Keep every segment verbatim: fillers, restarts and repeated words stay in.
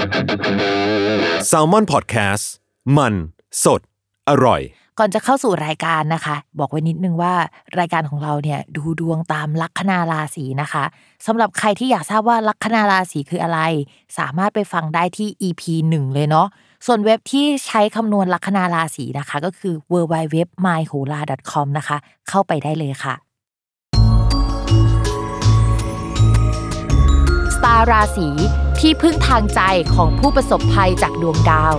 Salmon Podcast มันสดอร่อยก่อนจะเข้าสู่รายการนะคะบอกไว้นิดนึงว่ารายการของเราเนี่ยดูดวงตามลัคนาราศีนะคะสำหรับใครที่อยากทราบว่าลัคนาราศีคืออะไรสามารถไปฟังได้ที่ อี พี หนึ่งเลยเนาะส่วนเว็บที่ใช้คำนวณลัคนาราศีนะคะก็คือ ดับเบิลยู ดับเบิลยู ดับเบิลยู ดอท มายโหรา ดอท คอม นะคะเข้าไปได้เลยค่ะสตาร์ราศีที่พึ่งทางใจของผู้ประสบภัยจากดวงดาว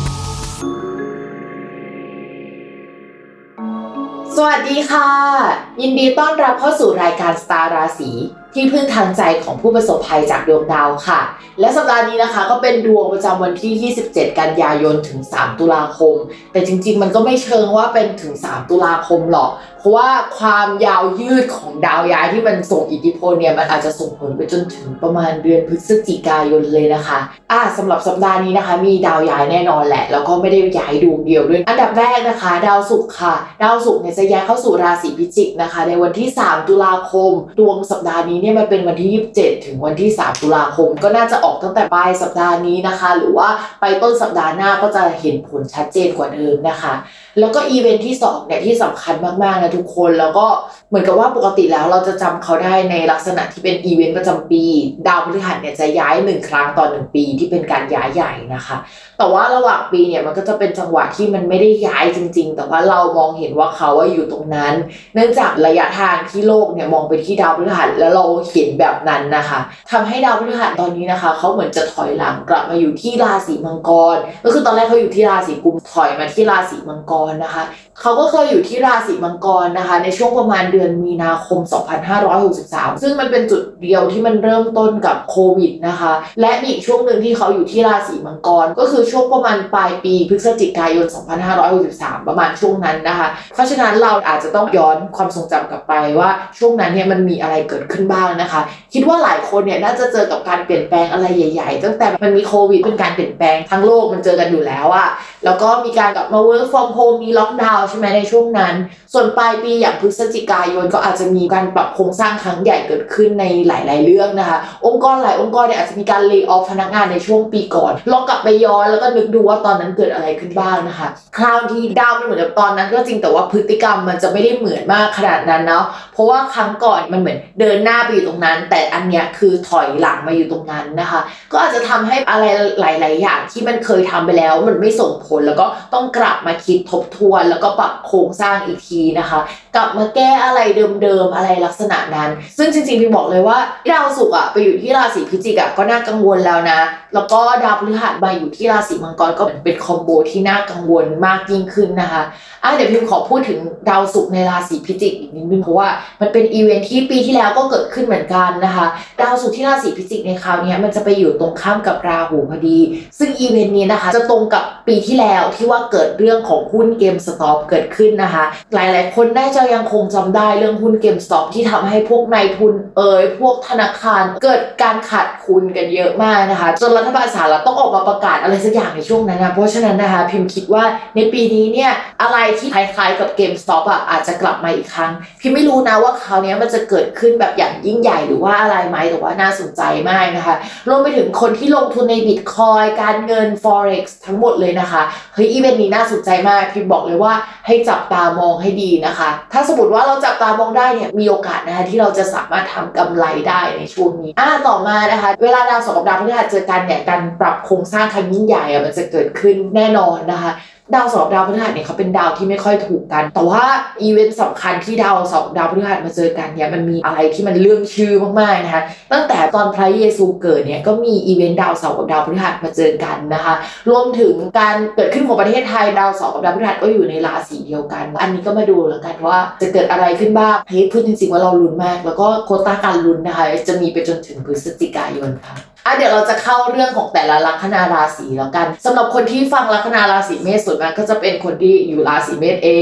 สวัสดีค่ะยินดีต้อนรับเข้าสู่รายการสตาร์ราศีที่พึ่งทางใจของผู้ประสบภัยจากดวงดาวค่ะและสัปดาห์นี้นะคะก็เป็นดวงประจำวันที่ยี่สิบเจ็ดกันยายนถึงสามตุลาคมแต่จริงๆมันก็ไม่เชิงว่าเป็นถึงสามตุลาคมหรอกเพราะว่าความยาวยืดของดาวย้ายที่มันส่งอิทธิพลเนี่ยมันอาจจะส่งผลไปจนถึงประมาณเดือนพฤศจิกายนเลยนะคะอ่ะสำหรับสัปดาห์นี้นะคะมีดาวย้ายแน่นอนแหละแล้วก็ไม่ได้ย้ายดวงเดียวด้วยอันดับแรกนะคะดาวศุกร์ค่ะดาวศุกร์เนี่ยจะย้ายเข้าสู่ราศีพิจิกนะคะในวันที่สามตุลาคมดวงสัปดาห์นี้เนี่ยมันเป็นวันที่ยี่สิบเจ็ดถึงวันที่สามตุลาคมก็น่าจะออกตั้งแต่ปลายสัปดาห์นี้นะคะหรือว่าไปต้นสัปดาห์หน้าก็จะเห็นผลชัดเจนกว่าเดิมนะคะแล้วก็อีเวนท์ที่สองเนี่ยที่สำคัญมากๆนะทุกคนแล้วก็เหมือนกับว่าปกติแล้วเราจะจำเขาได้ในลักษณะที่เป็นอีเวนท์ประจำปีดาวพฤหัสเนี่ยจะย้ายหนึ่งครั้งต่อหนึ่งปีที่เป็นการย้ายใหญ่นะคะแต่ว่าระหว่างปีเนี่ยมันก็จะเป็นจังหวะที่มันไม่ได้ย้ายจริงๆแต่ว่าเรามองเห็นว่าเขาว่าอยู่ตรงนั้นเนื่องจากระยะทางที่โลกเนี่ยมองไปที่ดาวพฤหัสแล้วเราเห็นแบบนั้นนะคะทำให้ดาวพฤหัสตอนนี้นะคะเขาเหมือนจะถอยหลังกลับมาอยู่ที่ราศีมังกรก็คือตอนแรกเขาอยู่ที่ราศีกุมถอยมาที่ราศีมังกรนะคะเขาก็เคยอยู่ที่ราศีมังกรนะคะในช่วงประมาณเดือนมีนาคมสองพันห้าร้อยหกสิบสามซึ่งมันเป็นจุดเดียวที่มันเริ่มต้นกับโควิดนะคะและมีอีกช่วงนึงที่เขาอยู่ที่ราศีมังกรก็คือช่วงประมาณปลายปีพฤศจิกายนสองพันห้าร้อยหกสิบสามประมาณช่วงนั้นนะคะเพราะฉะนั้นเราอาจจะต้องย้อนความทรงจำกลับไปว่าช่วงนั้นเนี่ยมันมีอะไรเกิดขึ้นบ้างนะคะคิดว่าหลายคนเนี่ยน่าจะเจอกับการเปลี่ยนแปลงอะไรใหญ่ๆตั้งแต่มันมีโควิดเป็นการเปลี่ยนแปลงทั้งโลกมันเจอกันอยู่แล้วอะแล้วก็มีการกลับมา work from home มีล็อกดาวน์ใช่ไหมในช่วงนั้นส่วนปลายปีอย่างพฤศจิกายนก็อาจจะมีการปรับโครงสร้างครั้งใหญ่เกิดขึ้นในหลายๆเรื่องนะคะองค์กรหลายองค์กรเนี่ยอาจจะมีการ lay off พนักงานในช่วงปีก่อนลองกลับไปย้อนแล้วก็นึกดูว่าตอนนั้นเกิดอะไรขึ้นบ้างนะคะคราวที่ดาวมันเหมือนกับตอนนั้นก็จริงแต่ว่าพฤติกรรมมันจะไม่ได้เหมือนมากขนาดนั้นเนาะเพราะว่าครั้งก่อนมันเหมือนเดินหน้าไปอยู่ตรงนั้นแต่อันเนี้ยคือถอยหลังมาอยู่ตรงนั้นนะคะก็อาจจะทำให้อะไรหลายๆอย่างที่มันเคยทำไปแล้วมันไม่ส่งผลแล้วก็ต้องกลับมาคิดทบทวนแล้วก็ปรับโครงสร้างอีกทีนะคะกลับมาแก้อะไรเดิมๆอะไรลักษณะนั้นซึ่งจริงๆพี่บอกเลยว่าดาวศุกร์อ่ะไปอยู่ที่ราศีพิจิกอ่ะก็น่ากังวลแล้วนะแล้วก็ดาวพฤหัสมาอยู่ที่ราศีมังกรก็เป็นคอมโบที่น่ากังวลมากยิ่งขึ้นนะคะอ่ะเดี๋ยวพี่ขอพูดถึงดาวศุกร์ในราศีพิจิกอีกนิดนึงเพราะว่ามันเป็นอีเวนท์ที่ปีที่แล้วก็เกิดขึ้นเหมือนกันนะคะดาวศุกร์ที่ราศีพิจิกในคราวนี้มันจะไปอยู่ตรงข้ามกับราหูพอดีซึ่งอีเวนท์นี้นะคะจะตรงกับปีที่แล้วที่ว่าเกิดเรื่องของหุ้นเกมสต็อปเกิดขึ้นนะคะหลายๆคนน่าจะยังคงจำได้เรื่องหุ้นเกมสต็อปที่ทำให้พวกนายทุนเอ่ยพวกธนาคารเกิดการขาดทุนกันเยอะมากนะคะจนรัฐบาลสหรัฐต้องออกมาประกาศอะไรสักอย่างในช่วงนั้นนะเพราะฉะนั้นนะคะพิมคิดว่าในปีนี้เนี่ยอะไรที่คล้ายๆกับเกมสต็อปอ่ะอาจจะกลับมาอีกครั้งพิมไม่รู้นะว่าคราวนี้มันจะเกิดขึ้นแบบอย่างยิ่งใหญ่หรือว่าอะไรไหมแต่ว่าน่าสนใจมากนะคะรวมไปถึงคนที่ลงทุนใน Bitcoin การเงิน Forex ทั้งหมดเลยนะคะเฮ้ยอีเวนต์นี้น่าสนใจมากพิมบอกเลยว่าให้จับตามองให้ดีนะคะถ้าสมมติว่าเราจับตามองได้เนี่ยมีโอกาสนะคะที่เราจะสามารถทำกำไรได้ในช่วงนี้อ่าต่อมานะคะเวลาดาวศุกร์กับดาวพฤหัสเจอกันเนี่ยการปรับโครงสร้างครั้งยิ่งใหญ่อะมันจะเกิดขึ้นแน่นอนนะคะดาวเสาร์ดาวพฤหัสเนี่ยเขาเป็นดาวที่ไม่ค่อยถูกกันแต่ว่าอีเวนต์สำคัญที่ดาวเสาร์ดาวพฤหัสมาเจอกันเนี่ยมันมีอะไรที่มันเรื่องชื่อมากๆนะคะตั้งแต่ตอนพระเยซูเกิดเนี่ยก็มีอีเวนต์ดาวเสาร์กับดาวพฤหัสมาเจอกันนะคะรวมถึงการเกิดขึ้นของประเทศไทยดาวเสาร์กับดาวพฤหัสก็อยู่ในราศีเดียวกันอันนี้ก็มาดูแล้วกันว่าจะเกิดอะไรขึ้นบ้างเฮ้ยพูดจริงๆว่าเราลุ้นมากแล้วก็โควต้าการลุ้นนะคะจะมีไปจนถึงพฤศจิกายนค่ะอ่ะเดี๋ยวเราจะเข้าเรื่องของแต่ละลัคนาราศีแล้วกันสำหรับคนที่ฟังลัคนาราศีเมษส่วนมากก็จะเป็นคนที่อยู่ราศีเมษเอง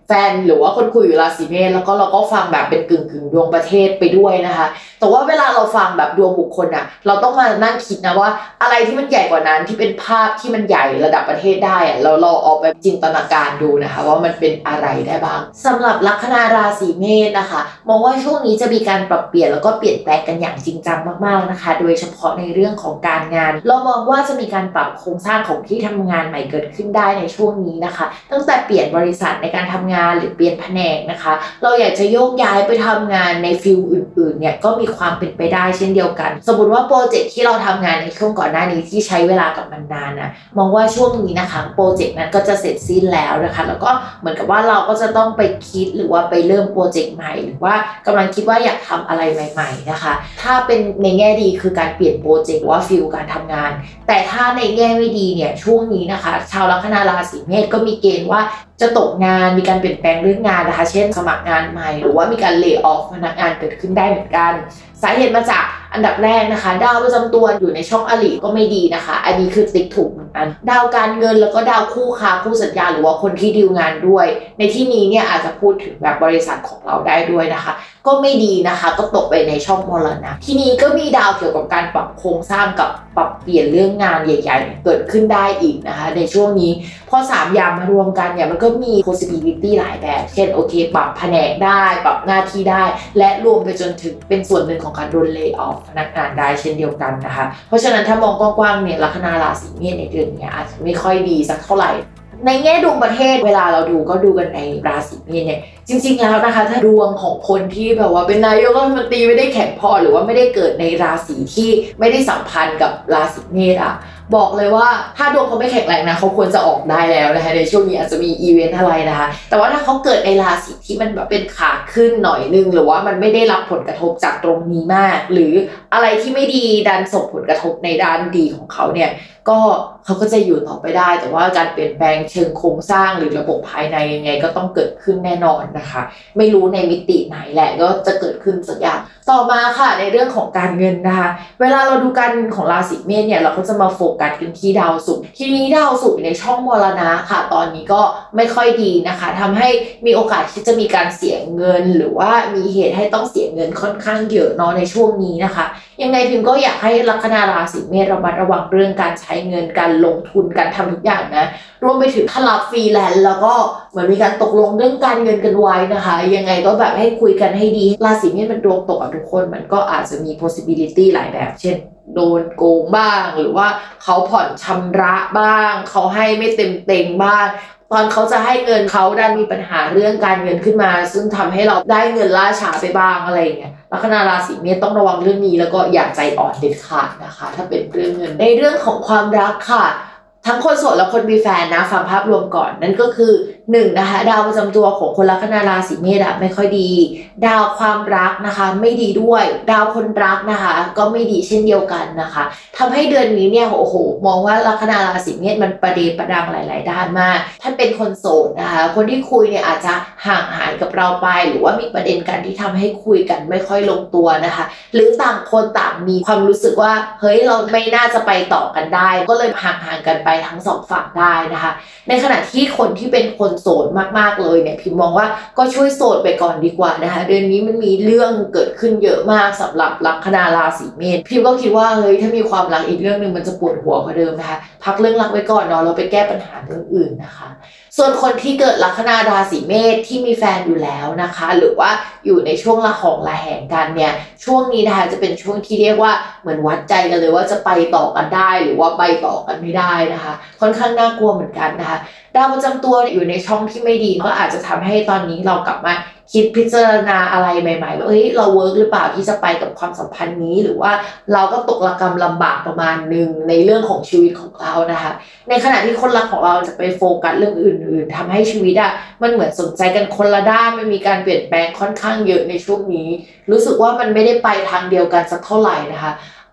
แฟนหรือว่าคนคุยอยู่ราศีเมษแล้วก็เราก็ฟังแบบเป็นกึ่งกึ่งดวงประเทศไปด้วยนะคะแต่ว่าเวลาเราฟังแบบดวงบุคคลอ่ะเราต้องมานั่งคิดนะว่าอะไรที่มันใหญ่กว่านั้นที่เป็นภาพที่มันใหญ่ระดับประเทศได้อ่ะเราเราเอาไปจินตนาการดูนะคะว่ามันเป็นอะไรได้บ้างสำหรับลัคนาราศีเมษนะคะมองว่าช่วงนี้จะมีการปรับเปลี่ยนแล้วก็เปลี่ยนแปลงกันอย่างจริงจังมากๆนะคะโดยเฉพาะในเรื่องของการงานเรามองว่าจะมีการปรับโครงสร้างของที่ทำงานใหม่เกิดขึ้นได้ในช่วงนี้นะคะตั้งแต่เปลี่ยนบริษัทในการทำงานหรือเปลี่ยนแผนกนะคะเราอยากจะโยกย้ายไปทำงานในฟิลอื่นๆเนี่ยก็มีความเป็นไปได้เช่นเดียวกันสมมติว่าโปรเจกต์ที่เราทำงานในช่วงก่อนหน้านี้ที่ใช้เวลากับมันนานนะมองว่าช่วงนี้นะคะโปรเจกต์นั้นก็จะเสร็จสิ้นแล้วนะคะแล้วก็เหมือนกับว่าเราก็จะต้องไปคิดหรือว่าไปเริ่มโปรเจกต์ใหม่หรือว่ากำลังคิดว่าอยากทำอะไรใหม่ๆนะคะถ้าเป็นในแง่ดีคือการเปลี่ยนโปรเจกต์ว่าฟิลการทำงานแต่ถ้าในแง่ไม่ดีเนี่ยช่วงนี้นะคะชาวลัคนาราศีเมษก็มีเกณฑ์ว่าจะตกงานมีการเปลี่ยนแปลงเรื่องงานนะคะเช่นสมัครงานใหม่หรือว่ามีการเลย์ออฟพนักงานเกิดขึ้นได้เหมือนกันสาเหตุมาจากอันดับแรกนะคะดาวประจำตัวอยู่ในช่องอริก็ไม่ดีนะคะอันนี้คือติ๊กถูกเหมือนกันดาวการเงินแล้วก็ดาวคู่ค้าคู่สัญญาหรือว่าคนที่ดีลงานด้วยในที่นี้เนี่ยอาจจะพูดถึงแบบบริษัทของเราได้ด้วยนะคะก็ไม่ดีนะคะก็ตกไปในช่องมรณะทีนี้ก็มีดาวเกี่ยวกับการปรับโครงสร้างกับปรับเปลี่ยนเรื่องงานใหญ่ๆเกิดขึ้นได้อีกนะคะในช่วงนี้พอสามอย่างมารวมกันเนี่ยมันก็มี possibility หลายแบบเช่นโอเคปรับแผนกได้ปรับหน้าที่ได้และรวมไปจนถึงเป็นส่วนหนึ่งของการโดน lay off พนักงานได้เช่นเดียวกันนะคะเพราะฉะนั้นถ้ามองกว้างๆเนี่ยลัคนาราศีเมษในเดือนนี้อาจจะไม่ค่อยดีสักเท่าไหร่ในแง่ดวงประเทศเวลาเราดูก็ดูกันในราศีเมษเนี่ยจริงๆแล้วนะคะถ้าดวงของคนที่แบบว่าเป็นนายกรัฐมนตรีไม่ได้แข็งพอหรือว่าไม่ได้เกิดในราศีที่ไม่ได้สัมพันธ์กับราศีเมษอะบอกเลยว่าถ้าดวงเขาไม่แข็งแรงนะเขาควรจะออกได้แล้วนะคะในช่วงนี้อาจจะมีอีเวนต์อะไรนะคะแต่ว่าถ้าเขาเกิดในราศีที่มันแบบเป็นขาขึ้นหน่อยนึงหรือว่ามันไม่ได้รับผลกระทบจากตรงนี้มากหรืออะไรที่ไม่ดีดันส่งผลกระทบในด้านดีของเขาเนี่ยก็เขาก็จะอยู่ต่อไปได้แต่ว่าการเปลี่ยนแปลงเชิงโครงสร้างหรือระบบภายในยังไงก็ต้องเกิดขึ้นแน่นอนนะคะไม่รู้ในมิติไหนแหละก็จะเกิดขึ้นสักอย่างต่อมาค่ะในเรื่องของการเงินนะคะเวลาเราดูการเงินของราศีเมษเนี่ยเราก็จะมาโฟกัสกันที่ดาวศุกร์ทีนี้ดาวศุกร์ในช่องมรณะค่ะตอนนี้ก็ไม่ค่อยดีนะคะทำให้มีโอกาสที่จะมีการเสียเงินหรือว่ามีเหตุให้ต้องเสียเงินค่อนข้างเยอะเนาะในช่วงนี้นะคะยังไงพิมก็อยากให้ลัคนาราศีเมษระมัดระวังเรื่องการใช้เงินการลงทุนการทำทุกอย่างนะรวมไปถึงถ้ารับฟรีแลนซ์แล้วก็เหมือนมีการตกลงเรื่องการเงินกันไว้นะคะยังไงก็แบบให้คุยกันให้ดีราศีเมษมันดวงตกกับทุกคนมันก็อาจจะมี possibility หลายแบบเช่นโดนโกงบ้างหรือว่าเขาผ่อนชำระบ้างเขาให้ไม่เต็มเต็งบ้างตอนเขาจะให้เงินเขาดันมีปัญหาเรื่องการเงินขึ้นมาซึ่งทำให้เราได้เงินล่าช้าไปบ้างอะไรอย่างเงี้ยลัคนาราศีเมษต้องระวังเรื่องนี้แล้วก็อย่าใจอ่อนเด็ดขาดนะคะถ้าเป็นเรื่องเงินในเรื่องของความรักค่ะทั้งคนโสดและคนมีแฟนนะฟังภาพรวมก่อนนั่นก็คือหนึ่งนะคะดาวประจำตัวของคนลัคนาราศีเมษอะไม่ค่อยดีดาวความรักนะคะไม่ดีด้วยดาวคนรักนะคะก็ไม่ดีเช่นเดียวกันนะคะทำให้เดือนนี้เนี่ยโอ้โหมองว่าลัคนาราศีเมษมันประเดประดังหลายๆด้านมากถ้าเป็นคนโสดนะคะคนที่คุยเนี่ยอาจจะห่างหายกับเราไปหรือว่ามีประเด็นกันที่ทำให้คุยกันไม่ค่อยลงตัวนะคะหรือต่างคนต่างมีความรู้สึกว่าเฮ้ยเราไม่น่าจะไปต่อกันได้ก็เลยห่างๆกันไปทั้งสองฝั่งได้นะคะในขณะที่คนที่เป็นคนโสดมากๆเลยเนี่ยพิมมองว่าก็ช่วยโสดไปก่อนดีกว่านะคะเดือนนี้มันมีเรื่องเกิดขึ้นเยอะมากสำหรับลัคนาราศีเมษพิมก็คิดว่าเฮ้ยถ้ามีความรักอีกเรื่องนึงมันจะปวดหัวกว่าเดิมนะคะพักเรื่องรักไว้ก่อนเนาะเราไปแก้ปัญหาเรื่องอื่นนะคะส่วนคนที่เกิดลัคนาราศีเมษที่มีแฟนอยู่แล้วนะคะหรือว่าอยู่ในช่วงละหองละแหงกันเนี่ยช่วงนี้นะคะจะเป็นช่วงที่เรียกว่าเหมือนวัดใจกันเลยว่าจะไปต่อกันได้หรือว่าไปต่อกันไม่ได้นะคะค่อนข้างน่ากลัวเหมือนกันนะคะดาวประจำตัวอยู่ในช่องที่ไม่ดีก็อาจจะทำให้ตอนนี้เรากลับมาคิดพิจารณาอะไรใหม่ๆว่าเอ้ยเราเวิร์กหรือเปล่าที่จะไปกับความสัมพันธ์นี้หรือว่าเราก็ตกระกำลำบากประมาณนึงในเรื่องของชีวิตของเรานะคะในขณะที่คนรักของเราจะไปโฟกัสเรื่องอื่นๆทำให้ชีวิตอะมันเหมือนสนใจกันคนละด้านมันมีการเปลี่ยนแปลงค่อนข้างเยอะในช่วงนี้รู้สึกว่ามันไม่ได้ไปทางเดียวกันสักเท่าไหร่นะคะ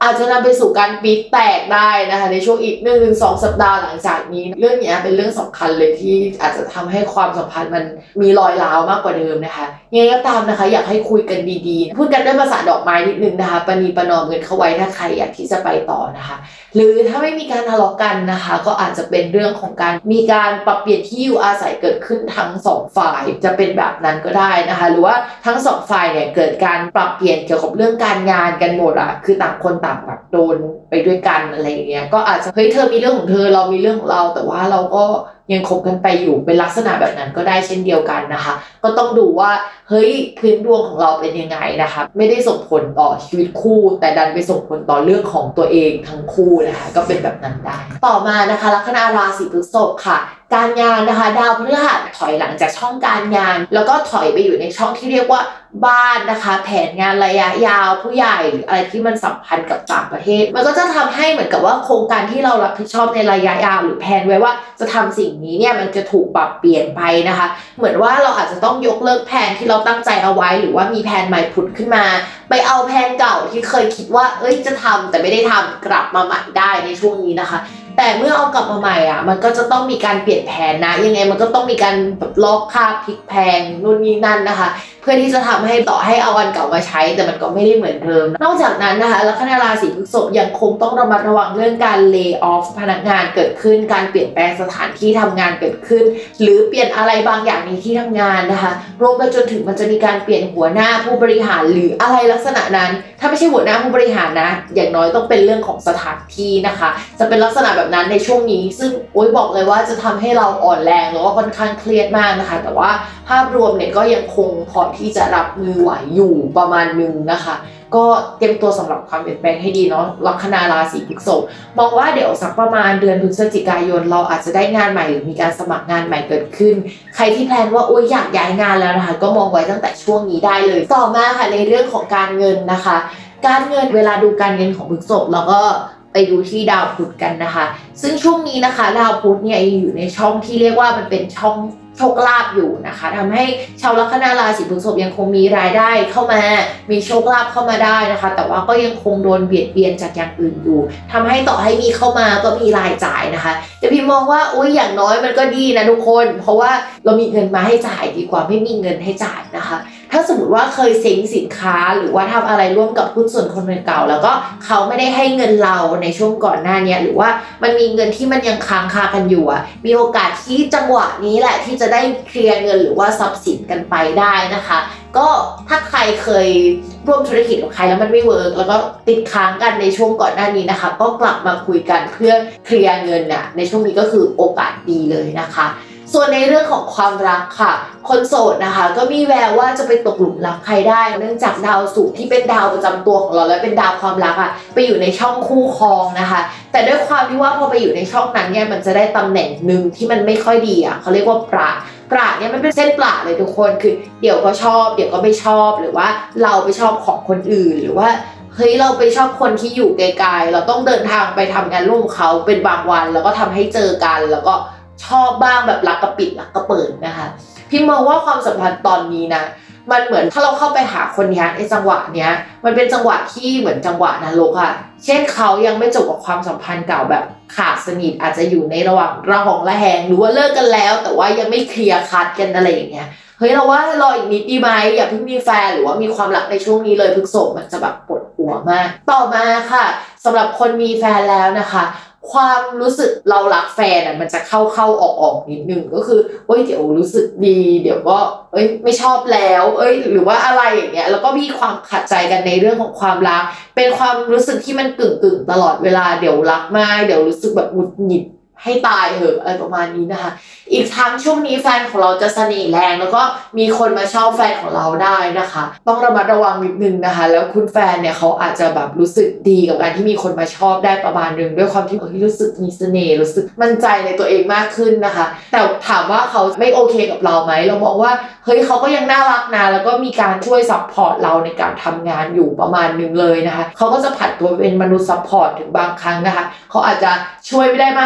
อาจจะนำไปสู่การปี๊ดแตกได้นะคะในช่วงอีก หนึ่งถึงสอง สัปดาห์หลังจากนี้เรื่องนี้เป็นเรื่องสำคัญเลยที่อาจจะทำให้ความสัมพันธ์มันมีรอยร้าวมากกว่าเดิมนะคะยังไงก็ตามนะคะอยากให้คุยกันดีๆพูดกันด้วยภาษาดอกไม้นิดนึงนะคะประนีประนอมกันเข้าไว้ถ้าใครอยากที่จะไปต่อนะคะหรือถ้าไม่มีการทะเลาะกันนะคะก็อาจจะเป็นเรื่องของการมีการปรับเปลี่ยนที่อยู่อาศัยเกิดขึ้นทั้งสองฝ่ายจะเป็นแบบนั้นก็ได้นะคะหรือว่าทั้งสองฝ่ายเนี่ยเกิดการปรับเปลี่ยนเกี่ยวกับเรื่องการงานกันหมดอะคือต่างคนต่างแบบโดนไปด้วยกันอะไรอย่างเงี้ยก็อาจจะเฮ้ยเธอมีเรื่องของเธอเรามีเรื่องของเราแต่ว่าเราก็ยังคบกันไปอยู่เป็นลักษณะแบบนั้นก็ได้เช่นเดียวกันนะคะก็ต้องดูว่าเฮ้ยพื้นดวงของเราเป็นยังไงนะคะไม่ได้ส่งผลต่อชีวิตคู่แต่ดันไปส่งผลต่อเรื่องของตัวเองทั้งคู่นะคะก็เป็นแบบนั้นได้ต่อมานะคะลัคนาราศีพฤษภค่ะการงานนะคะดาวพฤหัสถอยหลังจากช่องการงานแล้วก็ถอยไปอยู่ในช่องที่เรียกว่าบ้านนะคะแผนงานระยะยาวผู้ใหญ่หรืออะไรที่มันสัมพันธ์กับต่างประเทศมันก็จะทำให้เหมือนกับว่าโครงการที่เรารับผิดชอบในระยะยาวหรือแผนไว้ว่าจะทำสิ่งนี้เนี่ยมันจะถูกปรับเปลี่ยนไปนะคะเหมือนว่าเราอาจจะต้องยกเลิกแผนที่เราตั้งใจเอาไว้หรือว่ามีแผนใหม่ผุดขึ้นมาไปเอาแผนเก่าที่เคยคิดว่าเอ้ยจะทำแต่ไม่ได้ทำกลับมาใหม่ได้ในช่วงนี้นะคะแต่เมื่อเอากลับมาใหม่อ่ะมันก็จะต้องมีการเปลี่ยนแผนนะยังไงมันก็ต้องมีการแบบลอกค่าพลิกแพงนู่นนี่นั่นนะคะเพื่อที่จะทำให้ต่อให้เอาอันเก่ามาใช้แต่มันก็ไม่ได้เหมือนเดิมนอกจากนั้นนะคะลัคนาราศีพฤษภยังคงต้องระมัดระวังเรื่องการ lay off พนักงานเกิดขึ้นการเปลี่ยนแปลงสถานที่ทำงานเกิดขึ้นหรือเปลี่ยนอะไรบางอย่างในที่ทำงานนะคะรวมไปจนถึงมันจะมีการเปลี่ยนหัวหน้าผู้บริหารหรืออะไรลักษณะนั้นถ้าไม่ใช่หัวหน้าผู้บริหารนะอย่างน้อยต้องเป็นเรื่องของสถานที่นะคะจะเป็นลักษณะแบบนั้นในช่วงนี้ซึ่งโอ๊ยบอกเลยว่าจะทำให้เราอ่อนแรงแล้วก็ค่อนข้างเครียดมากนะคะแต่ว่าภาพรวมเนี่ยก็ยังคงพอที่จะรับมือไหวอยู่ประมาณนึงนะคะก็เตรียมตัวสำหรับความเปลี่ยนแปลงให้ดีเนาะลัคนาราศีพฤษภมองว่าเดี๋ยวสักประมาณเดือนพฤศจิกายนเราอาจจะได้งานใหม่หรือมีการสมัครงานใหม่เกิดขึ้นใครที่แพลนว่าโอ๊ยอยากย้ายงานแล้วนะคะก็มองไว้ตั้งแต่ช่วงนี้ได้เลยต่อมาค่ะในเรื่องของการเงินนะคะการเงินเวลาดูการเงินของพฤษภเราก็ไปดูที่ดาวพุธกันนะคะซึ่งช่วงนี้นะคะดาวพุธเนี่ยอยู่ในช่องที่เรียกว่ามันเป็นช่องโชคลาภอยู่นะคะทำให้ชาวลัคนาราศีพฤษภยังคงมีรายได้เข้ามามีโชคลาภเข้ามาได้นะคะแต่ว่าก็ยังคงโดนเบียดเบียนจากอย่างอื่นอยู่ทำให้ต่อให้มีเข้ามาก็มีรายจ่ายนะคะแต่พี่มองว่าอุ้ยอย่างน้อยมันก็ดีนะทุกคนเพราะว่าเรามีเงินมาให้จ่ายดีกว่าไม่มีเงินให้จ่ายนะคะถ้าสมมติว่าเคยเซ็งสินค้าหรือว่าทำอะไรร่วมกับหุ้นส่วนคนเก่าแล้วก็เขาไม่ได้ให้เงินเราในช่วงก่อนหน้านี้หรือว่ามันมีเงินที่มันยังค้างคากันอยู่อ่ะมีโอกาสที่จังหวะนี้แหละที่จะได้เคลียร์เงินหรือว่าทรัพย์สินกันไปได้นะคะก็ถ้าใครเคยร่วมธุรกิจกับใครแล้วมันไม่เวิร์กแล้วก็ติดค้างกันในช่วงก่อนหน้านี้นะคะก็กลับมาคุยกันเพื่อเคลียร์เงินน่ะในช่วงนี้ก็คือโอกาสดีเลยนะคะส่วนในเรื่องของความรักค่ะคนโสดนะคะก็มีแววว่าจะไปตกหลุมรักใครได้เนื่องจากดาวศุกร์ที่เป็นดาวประจำตัวของเราและเป็นดาวความรักอ่ะไปอยู่ในช่องคู่ครองนะคะแต่ด้วยความที่ว่าพอไปอยู่ในช่องนั้นเนี่ยมันจะได้ตำแหน่งนึงที่มันไม่ค่อยดีอ่ะเขาเรียกว่าประประเนี่ยมันเป็นเส้นประเลยทุกคนคือเดี๋ยวก็ชอบเดี๋ยวก็ไม่ชอบหรือว่าเราไปชอบของคนอื่นหรือว่าเฮ้ยเราไปชอบคนที่อยู่ไกลๆเราต้องเดินทางไปทำงานร่วมเขาเป็นบางวันแล้วก็ทำให้เจอกันแล้วก็ชอบบ้างแบบรักกระปิดรักกระเปิดนะคะพี่มองว่าความสัมพันธ์ตอนนี้นะมันเหมือนถ้าเราเข้าไปหาคนนี้ในจังหวะเนี้ยมันเป็นจังหวะที่เหมือนจังหวะนรกอะเช่นเขายังไม่จบกับความสัมพันธ์เก่าแบบขาดสนิทอาจจะอยู่ในระหว่างระหองระแหงหรือว่าเลิกกันแล้วแต่ว่ายังไม่เคลียร์คัดกันอะไรอย่างเงี้ยเฮ้ยเราว่ารออีกนิดดีไหมอย่าเพิ่งมีแฟนหรือว่ามีความรักในช่วงนี้เลยพฤษภมันจะแบบปวดหัวมากต่อมาค่ะสำหรับคนมีแฟนแล้วนะคะความรู้สึกเรารักแฟนอ่ะมันจะเข้าเข้าออกออกนิดนึงก็คือเอ้ยเดี๋ยวรู้สึกดีเดี๋ยวก็เอ้ยไม่ชอบแล้วเอ้ยหรือว่าอะไรอย่างเงี้ยแล้วก็มีความขัดใจกันในเรื่องของความรักเป็นความรู้สึกที่มันกึ่งกึ่งตลอดเวลาเดี๋ยวรักมากเดี๋ยวรู้สึกแบบหงุดหงิดให้ตายเหอะอะไรประมาณนี้นะคะอีกทั้งช่วงนี้แฟนของเราจะเสน่ห์แรงแล้วก็มีคนมาชอบแฟนของเราได้นะคะต้องระมัดระวังนิดนึงนะคะแล้วคุณแฟนเนี่ยเขาอาจจะแบบรู้สึกดีกับการที่มีคนมาชอบได้ประมาณนึงด้วยความที่เฮ้ยรู้สึกมีเสน่ห์รู้สึกมั่นใจในตัวเองมากขึ้นนะคะแต่ถามว่าเขาไม่โอเคกับเราไหมเรามองว่าเฮ้ยเขาก็ยังน่ารักนะแล้วก็มีการช่วยซัพพอร์ตเราในการทำงานอยู่ประมาณนึงเลยนะคะเขาก็จะผัดตัวเป็นมนุษย์ซัพพอร์ตถึงบางครั้งนะคะเขาอาจจะช่วยไม่ได้มากขนาดนั้น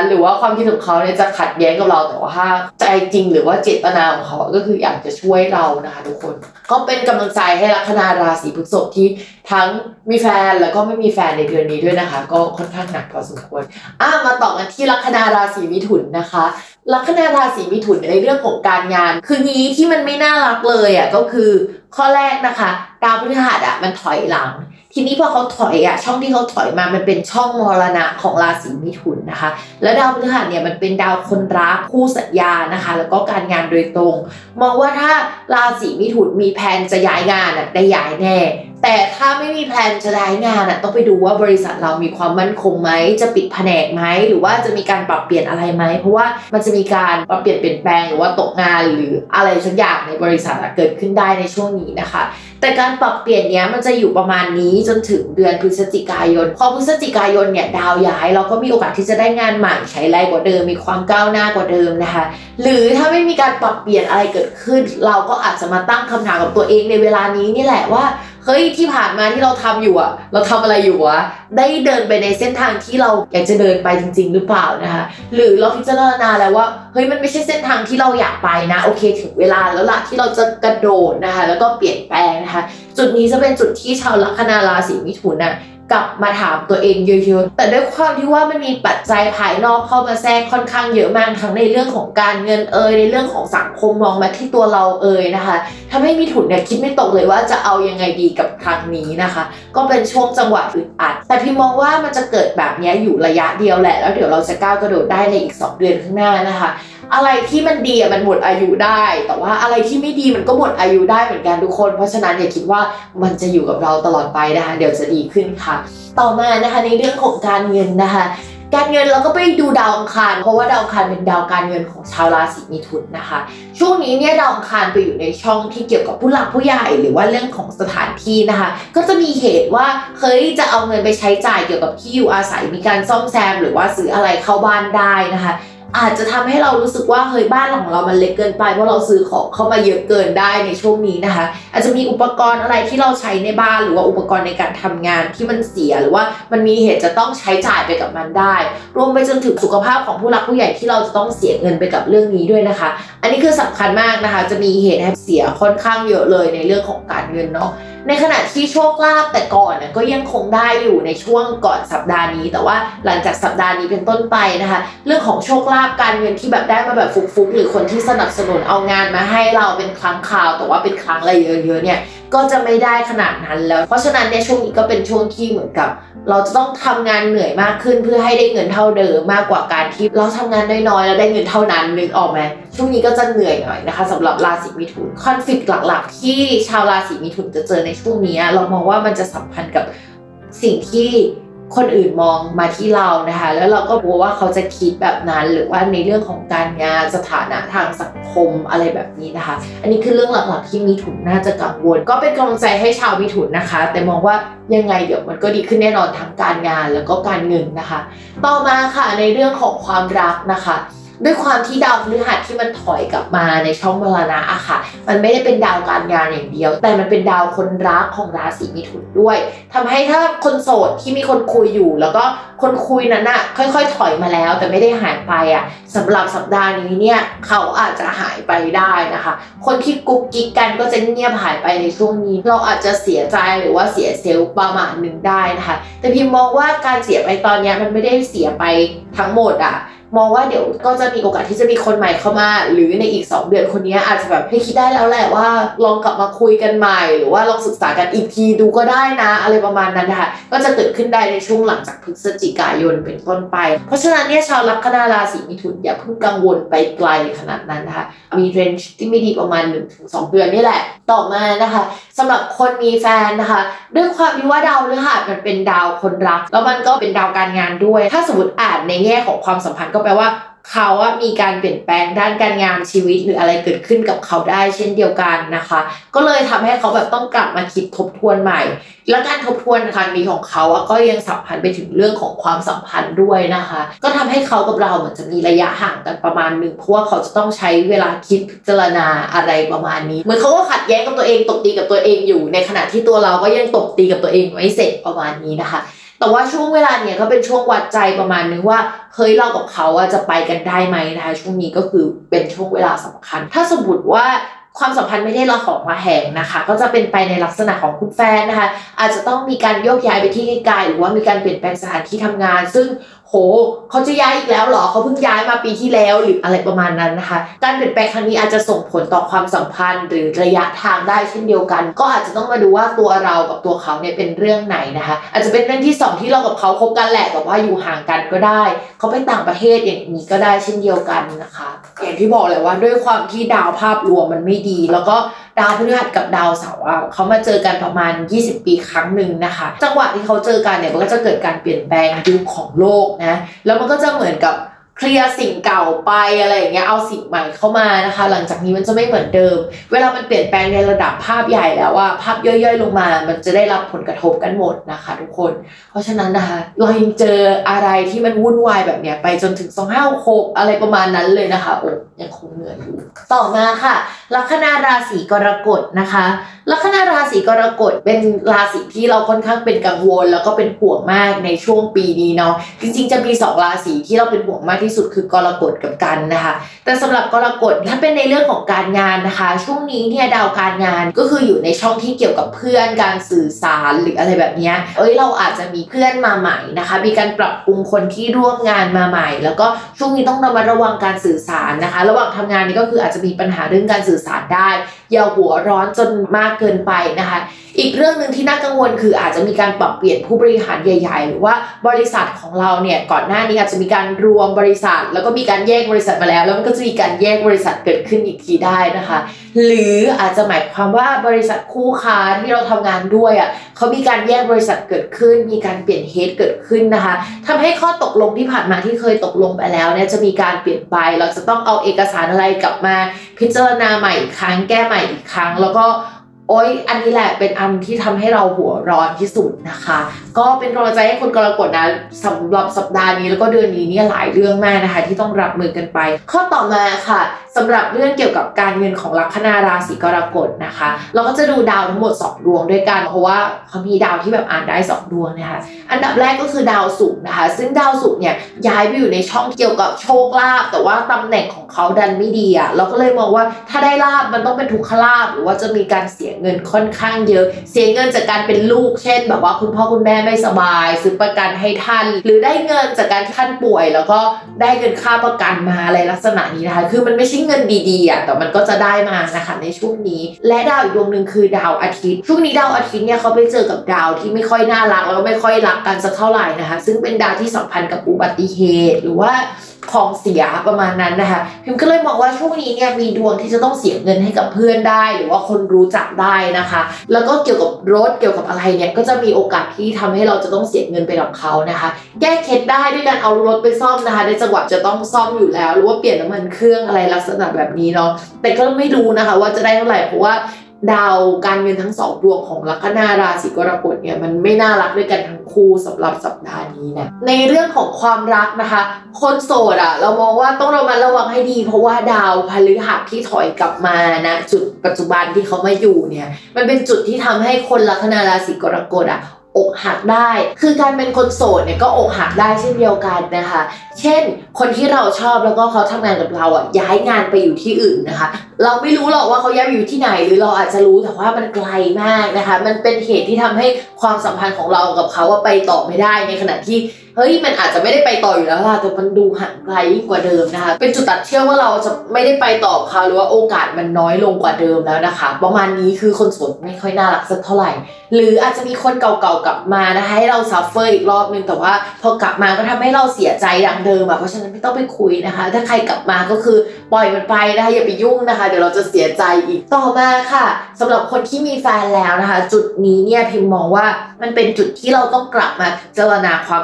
หรือว่าความคิดของเขาเนี่ยจะขัดแย้งกับเราแต่ว่าใจจริงหรือว่าเจตนาของเขาก็คืออยากจะช่วยเรานะคะทุกคนก็เป็นกำลังใจให้ลัคนาราศีพฤษภที่ทั้งมีแฟนแล้วก็ไม่มีแฟนในเดือนนี้ด้วยนะคะก็ค่อนข้างหนักพอสมควรอ่ะมาต่อกันที่ลัคนาราศีมิถุนนะคะลัคนาราศีมิถุนในเรื่องของการงานคืองี้ที่มันไม่น่ารักเลยอ่ะก็คือข้อแรกนะคะดาวพฤหัสอ่ะมันถอยหลังทีนี้พอเขาถอยอ่ะช่องที่เขาถอยมามันเป็นช่องมรณะของราศีมิถุนนะคะแล้วดาวพฤหัสเนี่ยมันเป็นดาวคนรักคู่สัญญานะคะแล้วก็การงานโดยตรงมองว่าถ้าราศีมิถุนมีแผนจะย้ายงานอ่ะได้ย้ายแน่แต่ถ้าไม่มีแผนจะย้ายงานอ่ะต้องไปดูว่าบริษัทเรามีความมั่นคงไหมจะปิดแผนกไหมหรือว่าจะมีการปรับเปลี่ยนอะไรไหมเพราะว่ามันจะมีการปรับเปลี่ยนเปลี่ยนแปลงหรือว่าตกงานหรืออะไรสักอย่างในบริษัทเกิดขึ้นได้ในช่วงนี้นะคะแต่การปรับเปลี่ยนเนี้ยมันจะอยู่ประมาณนี้จนถึงเดือนพฤศจิกายนพอพฤศจิกายนเนี่ยดาวย้ายเราก็มีโอกาสที่จะได้งานใหม่ใช้แรงกว่าเดิมมีความก้าวหน้ากว่าเดิมนะคะหรือถ้าไม่มีการปรับเปลี่ยนอะไรเกิดขึ้นเราก็อาจจะมาตั้งคำถามกับตัวเองในเวลานี้นี่แหละว่าเฮ้ยที่ผ่านมาที่เราทำอยู่อะเราทำอะไรอยู่วะได้เดินไปในเส้นทางที่เราอยากจะเดินไปจริงๆหรือเปล่านะคะหรือเราพิจารณาแล้วว่าเฮ้ยมันไม่ใช่เส้นทางที่เราอยากไปนะโอเคถึงเวลาแล้วล่ะที่เราจะกระโดดนะคะแล้วก็เปลี่ยนแปลงนะคะจุดนี้จะเป็นจุดที่ชาวลัคนาราศีมิถุนน่ะกลับมาถามตัวเองเยอะๆแต่ด้วยความที่ว่ามันมีปัจจัยภายนอกเข้ามาแทรกค่อนข้างเยอะมากทั้งในเรื่องของการเงินเอ่ยในเรื่องของสังคมมองมาที่ตัวเราเอ่ยนะคะทำให้มิถุนเนี่ยคิดไม่ตกเลยว่าจะเอายังไงดีกับครั้งนี้นะคะก็เป็นช่วงจังหวะอึดอัดแต่พี่มองว่ามันจะเกิดแบบนี้อยู่ระยะเดียวแหละแล้วเดี๋ยวเราจะก้าวกระโดดได้ในอีกสองเดือนข้างหน้านะคะอะไรที่มันดีมันหมดอายุได้แต่ว่าอะไรที่ไม่ดีมันก็หมดอายุได้เหมือนกันทุกคนเพราะฉะนั้นอย่าคิดว่ามันจะอยู่กับเราตลอดไปนะคะเดี๋ยวจะดีขึ้นค่ะต่อมานะคะในเรื่องของการเงินนะคะการเงินเราก็ไปดูดาวอังคารเพราะว่าดาวอังคารเป็นดาวการเงินของชาวราศีมิถุนนะคะช่วงนี้เนี่ยดาวอังคารไปอยู่ในช่องที่เกี่ยวกับผู้หลักผู้ใหญ่หรือว่าเรื่องของสถานที่นะคะก็จะมีเหตุว่าเฮ้ยจะเอาเงินไปใช้จ่ายเกี่ยวกับที่อยู่อาศัยมีการซ่อมแซมหรือว่าซื้ออะไรเข้าบ้านได้นะคะอาจจะทำให้เรารู้สึกว่าเฮ้ยบ้านของเรามันเล็กเกินไปเพราะเราซื้อของเข้ามาเยอะเกินได้ในช่วงนี้นะคะอาจจะมีอุปกรณ์อะไรที่เราใช้ในบ้านหรือว่าอุปกรณ์ในการทำงานที่มันเสียหรือว่ามันมีเหตุจะต้องใช้จ่ายไปกับมันได้รวมไปจนถึงสุขภาพของผู้หลักผู้ใหญ่ที่เราจะต้องเสียเงินไปกับเรื่องนี้ด้วยนะคะอันนี้คือสำคัญมากนะคะจะมีเหตุให้เสียค่อนข้างเยอะเลยในเรื่องของการเงินเนาะในขณะที่โชคลาภแต่ก่อนน่ะก็ยังคงได้อยู่ในช่วงก่อนสัปดาห์นี้แต่ว่าหลังจากสัปดาห์นี้เป็นต้นไปนะคะเรื่องของโชคลาภการเงินที่แบบได้มาแบบฟุกๆหรือคนที่สนับสนุนเอางานมาให้เราเป็นครั้งคราวแต่ว่าเป็นครั้งอะไรเยอะๆเนี่ยก็จะไม่ได้ขนาดนั้นแล้วเพราะฉะนั้นเนี่ยช่วงนี้ก็เป็นช่วงที่เหมือนกับเราจะต้องทำงานเหนื่อยมากขึ้นเพื่อให้ได้เงินเท่าเดิมมากกว่าการที่เราทำงานน้อยๆแล้วได้เงินเท่านั้นนึกออกไหมช่วงนี้ก็จะเหนื่อยหน่อยนะคะสำหรับราศีมิถุนคอนฟลิกต์หลักๆที่ชาวราศีมิถุนจะเจอในช่วงนี้เรามองว่ามันจะสัมพันธ์กับสิ่งที่คนอื่นมองมาที่เรานะคะแล้วเราก็กลัวว่าเขาจะคิดแบบนั้นหรือว่าในเรื่องของการงานสถานะทางสังคมอะไรแบบนี้นะคะอันนี้คือเรื่องหลักๆที่มิถุนน่าจะกังวลก็เป็นกำลังใจให้ชาวมิถุนนะคะแต่มองว่ายังไงเดี๋ยวมันก็ดีขึ้นแน่นอนทั้งการงานแล้วก็การเงินนะคะต่อมาค่ะในเรื่องของความรักนะคะด้วยความที่ดาวพฤหัสที่มันถอยกลับมาในช่องมรณะอะค่ะมันไม่ได้เป็นดาวการงานอย่างเดียวแต่มันเป็นดาวคนรักของราศีมิถุนด้วยทำให้ถ้าคนโสดที่มีคนคุยอยู่แล้วก็คนคุยนั้นอะค่อยๆถอยมาแล้วแต่ไม่ได้หายไปอะสำหรับสัปดาห์นี้เนี่ยเขาอาจจะหายไปได้นะคะคนที่กุ๊กกิ๊กกันก็จะเงียบหายไปในช่วงนี้เราอาจจะเสียใจหรือว่าเสียเซลล์ประมาณนึงได้นะคะแต่พิมมองว่าการเสียไปตอนนี้มันไม่ได้เสียไปทั้งหมดอะมองว่าเดี๋ยวก็จะมีโอกาสที่จะมีคนใหม่เข้ามาหรือในอีกสองเดือนคนนี้อาจจะแบบให้คิดได้แล้วแหละว่าลองกลับมาคุยกันใหม่หรือว่าลองศึกษากันอีกทีดูก็ได้นะอะไรประมาณนั้นนะคะก็จะเกิดขึ้นได้ในช่วงหลังจากพฤศจิกายนเป็นต้นไปเพราะฉะนั้นเนี่ยชาวลัคนาราศีมิถุนอย่าเพิ่งกังวลไปไกลขนาดนั้นนะคะมีเรนจ์ที่ไม่ดีประมาณ หนึ่งถึงสอง เดือนนี่แหละต่อมานะคะสำหรับคนมีแฟนนะคะด้วยความที่ว่าดาวพฤหัสมันเป็นดาวคนรักแล้วมันก็เป็นดาวการงานด้วยถ้าสมมติอ่านในแง่ของความสัมพันธ์ก็แปลว่าเขาอะมีการเปลี่ยนแปลงด้านการงานชีวิตหรืออะไรเกิดขึ้นกับเขาได้เช่นเดียวกันนะคะก็เลยทำให้เขาแบบต้องกลับมาคิดทบทวนใหม่และการทบทวนครั้งนี้ของเขาอะก็ยังสัมพันธ์ไปถึงเรื่องของความสัมพันธ์ด้วยนะคะก็ทำให้เขากับเราเหมือนจะมีระยะห่างกันประมาณนึงเพราะว่าเขาจะต้องใช้เวลาคิดพิจารณาอะไรประมาณนี้เหมือนเขาก็ขัดแย้งกับตัวเองตบตีกับตัวเองอยู่ในขณะที่ตัวเราก็ยังตบตีกับตัวเองไม่เสร็จประมาณนี้นะคะแต่ว่าช่วงเวลาเนี่ยก็เป็นช่วงวัดใจประมาณนึงว่าเฮ้ยเรากับเขาจะไปกันได้ไหมนะคะช่วงนี้ก็คือเป็นช่วงเวลาสำคัญถ้าสมมติว่าความสัมพันธ์ไม่ได้ระหองระแหงนะคะก็จะเป็นไปในลักษณะของคุณแฟนนะคะอาจจะต้องมีการโยกย้ายไปที่ไกลๆหรือว่ามีการเปลี่ยนแปลงสถานที่ทำงานซึ่งโหเขาจะย้ายอีกแล้วเหรอเขาเพิ่งย้ายมาปีที่แล้วหรืออะไรประมาณนั้นนะคะการเปลี่ยนแปลงครั้งนี้อาจจะส่งผลต่อความสัมพันธ์หรือระยะทางได้เช่นเดียวกันก็อาจจะต้องมาดูว่าตัวเรากับตัวเขาเนี่ยเป็นเรื่องไหนนะคะอาจจะเป็นเรื่องที่สองที่เรากับเขาคบกันแหละแต่ว่าอยู่ห่างกันก็ได้เขาไปต่างประเทศอย่างนี้ก็ได้เช่นเดียวกันนะคะอย่างที่บอกเลยว่าด้วยความที่ดาวภาพรวมมันไม่ดีแล้วก็ดาวพฤหัสกับดาวเสาร์อ่ะเขามาเจอกันประมาณยี่สิบปีครั้งนึงนะคะจังหวะที่เขาเจอกันเนี่ยมันก็จะเกิดการเปลี่ยนแปลงยุคของโลกนะแล้วมันก็จะเหมือนกับเคลียร์สิ่งเก่าไปอะไรอย่างเงี้ยเอาสิ่งใหม่เข้ามานะคะหลังจากนี้มันจะไม่เหมือนเดิมเวลามันเปลี่ยนแปลงในระดับภาพใหญ่แล้วว่าภาพย่อยๆลงมามันจะได้รับผลกระทบกันหมดนะคะทุกคนเพราะฉะนั้นนะคะเรายังเจออะไรที่มันวุ่นวายแบบเนี้ยไปจนถึงสองห้าหกหกอะไรประมาณนั้นเลยนะคะโอ้ยังคงเหนื่อยอยู่ต่อมาค่ะลัคนาราศีกรกฎนะคะลัคนาราศีกรกฎเป็นราศีที่เราค่อนข้างเป็นกังวลแล้วก็เป็นห่วงมากในช่วงปีนี้เนาะจริงๆจะมีสองราศีที่เราเป็นห่วงมากที่สุดคือกรกฎกับกันนะคะแต่สำหรับกรกฎถ้าเป็นในเรื่องของการงานนะคะช่วงนี้เนี่ยดาวการงานก็คืออยู่ในช่องที่เกี่ยวกับเพื่อนการสื่อสารหรืออะไรแบบนี้เอ้ยเราอาจจะมีเพื่อนมาใหม่นะคะมีการปรับปรุงคนที่ร่วมงานมาใหม่แล้วก็ช่วงนี้ต้องระมัดระวังการสื่อสารนะคะระหว่างทำงานนี่ก็คืออาจจะมีปัญหาเรื่องการสื่อสารได้อย่าหัวร้อนจนมากเกินไปนะคะอีกเรื่องนึงที่น่ากังวลคืออาจจะมีการปรับเปลี่ยนผู้บริหารใหญ่ๆหรือว่าบริษัทของเราเนี่ยก่อนหน้านี้อาจจะมีการรวมบริษัทแล้วก็มีการแยกบริษัทมาแล้วแล้วมันก็จะมีการแยกบริษัทเกิดขึ้นอีกทีได้นะคะหรืออาจจะหมายความว่าบริษัทคู่ค้าที่เราทำงานด้วยอ่ะเขามีการแยกบริษัทเกิดขึ้นมีการเปลี่ยนเฮดเกิดขึ้นนะคะทำให้ข้อตกลงที่ผ่านมาที่เคยตกลงไปแล้วเนี่ยจะมีการเปลี่ยนไปเราจะต้องเอาเอกสารอะไรกลับมาพิจารณาใหม่อีกครั้งแก้ใหม่อีกครั้งแล้วก็โอ๊ยอันนี้แหละเป็นอันที่ทำให้เราหัวร้อนที่สุดนะคะก็เป็นกำลังใจให้คนกรกฎนะสำหรับสัปดาห์นี้แล้วก็เดือนนี้เนี่ยหลายเรื่องมากนะคะที่ต้องรับมือกันไปข้อต่อมาค่ะสำหรับเรื่องเกี่ยวกับการเงินของลัคนาราศีกรกฎนะคะเราก็จะดูดาวทั้งหมดสองดวงด้วยกันเพราะว่าเขามีดาวที่แบบอ่านได้สองดวงนะคะอันดับแรกก็คือดาวศุกร์นะคะซึ่งดาวศุกร์เนี่ยย้ายไปอยู่ในช่องเกี่ยวกับโชคลาภแต่ว่าตำแหน่งของเขาดันไม่ดีอ่ะเราก็เลยมองว่าถ้าได้ลาภมันต้องเป็นทุกขลาภหรือว่าจะมีการเสียเงินค่อนข้างเยอะเสียเงินจากการเป็นลูกเช่นแบบว่าคุณพ่อคุณแม่ไม่สบายซื้อประกันให้ท่านหรือได้เงินจากการที่ท่านป่วยแล้วก็ได้เงินค่าประกันมาอะไรลักษณะนี้นะคะคือมันไม่ใช่เงินดีๆอ่ะแต่มันก็จะได้มานะคะในช่วงนี้และดาวอีกดวงนึงคือดาวอาทิตย์ช่วงนี้ดาวอาทิตย์เนี่ยเขาไปเจอกับดาวที่ไม่ค่อยน่ารักแล้วก็ไม่ค่อยรักกันสักเท่าไหร่นะคะซึ่งเป็นดาวที่สัมพันธ์กับอุบัติเหตุหรือว่าของเสียประมาณนั้นนะคะพิมก็เลยมองว่าช่วงนี้เนี่ยมีดวงที่จะต้องเสียเงินให้กับเพื่อนได้หรือว่าคนรู้จักได้นะคะแล้วก็เกี่ยวกับรถเกี่ยวกับอะไรเนี่ยก็จะมีโอกาสที่ทำให้เราจะต้องเสียเงินไปกับเขานะคะแก้เคล็ดได้ด้วยการเอารถไปซ่อมนะคะในจังหวะจะต้องซ่อมอยู่แล้วหรือว่าเปลี่ยนน้ำมันเครื่องอะไรลักษณะแบบนี้เนาะแต่ก็ไม่รู้นะคะว่าจะได้เท่าไหร่เพราะว่าดาวการเงินทั้งสองดวงของลัคนาราศีกรกฎเนี่ยมันไม่น่ารักด้วยกันทั้งคู่สำหรับสัปดาห์นี้นะในเรื่องของความรักนะคะคนโสดอ่ะเรามองว่าต้องระมัดระวังให้ดีเพราะว่าดาวพฤหัสที่ถอยกลับมานะจุดปัจจุบันที่เขามาอยู่เนี่ยมันเป็นจุดที่ทำให้คนลัคนาราศีกรกฎอ่ะอกหักได้คือการเป็นคนโสดเนี่ยก็อกหักได้เช่นเดียวกันนะคะเช่นคนที่เราชอบแล้วก็เขาทำงานกับเราอ่ะย้ายงานไปอยู่ที่อื่นนะคะเราไม่รู้หรอกว่าเขาย้ายไปอยู่ที่ไหนหรือเราอาจจะรู้แต่ว่ามันไกลมากนะคะมันเป็นเหตุที่ทำให้ความสัมพันธ์ของเรากับเขาว่าไปต่อไม่ได้ในขณะที่เฮ้ยมันอาจจะไม่ได้ไปต่ออยู่แล้วล่ะแต่มันดูห่างไกลยิ่งกว่าเดิมนะคะเป็นจุดตัดเชื่อว่าเราจะไม่ได้ไปต่อเขาหรือว่าโอกาสมันน้อยลงกว่าเดิมแล้วนะคะประมาณนี้คือคนโสดไม่ค่อยน่ารักสักเท่าไหร่หรืออาจจะมีคนเก่าๆกลับมานะคะให้เราซัฟเฟอร์อีกรอบนึงแต่ว่าพอกลับมาก็ทำให้เราเสียใจดังเดิมอ่ะเพราะฉะนั้นไม่ต้องไปคุยนะคะถ้าใครกลับมาก็คือปล่อยมันไปนะคะอย่าไปยุ่งนะคะเดี๋ยวเราจะเสียใจอีกต่อมาค่ะสำหรับคนที่มีแฟนแล้วนะคะจุดนี้เนี่ยพิมมองว่ามันเป็นจุดที่เราต้องกลับมาพิจารณาความสัมพันธ์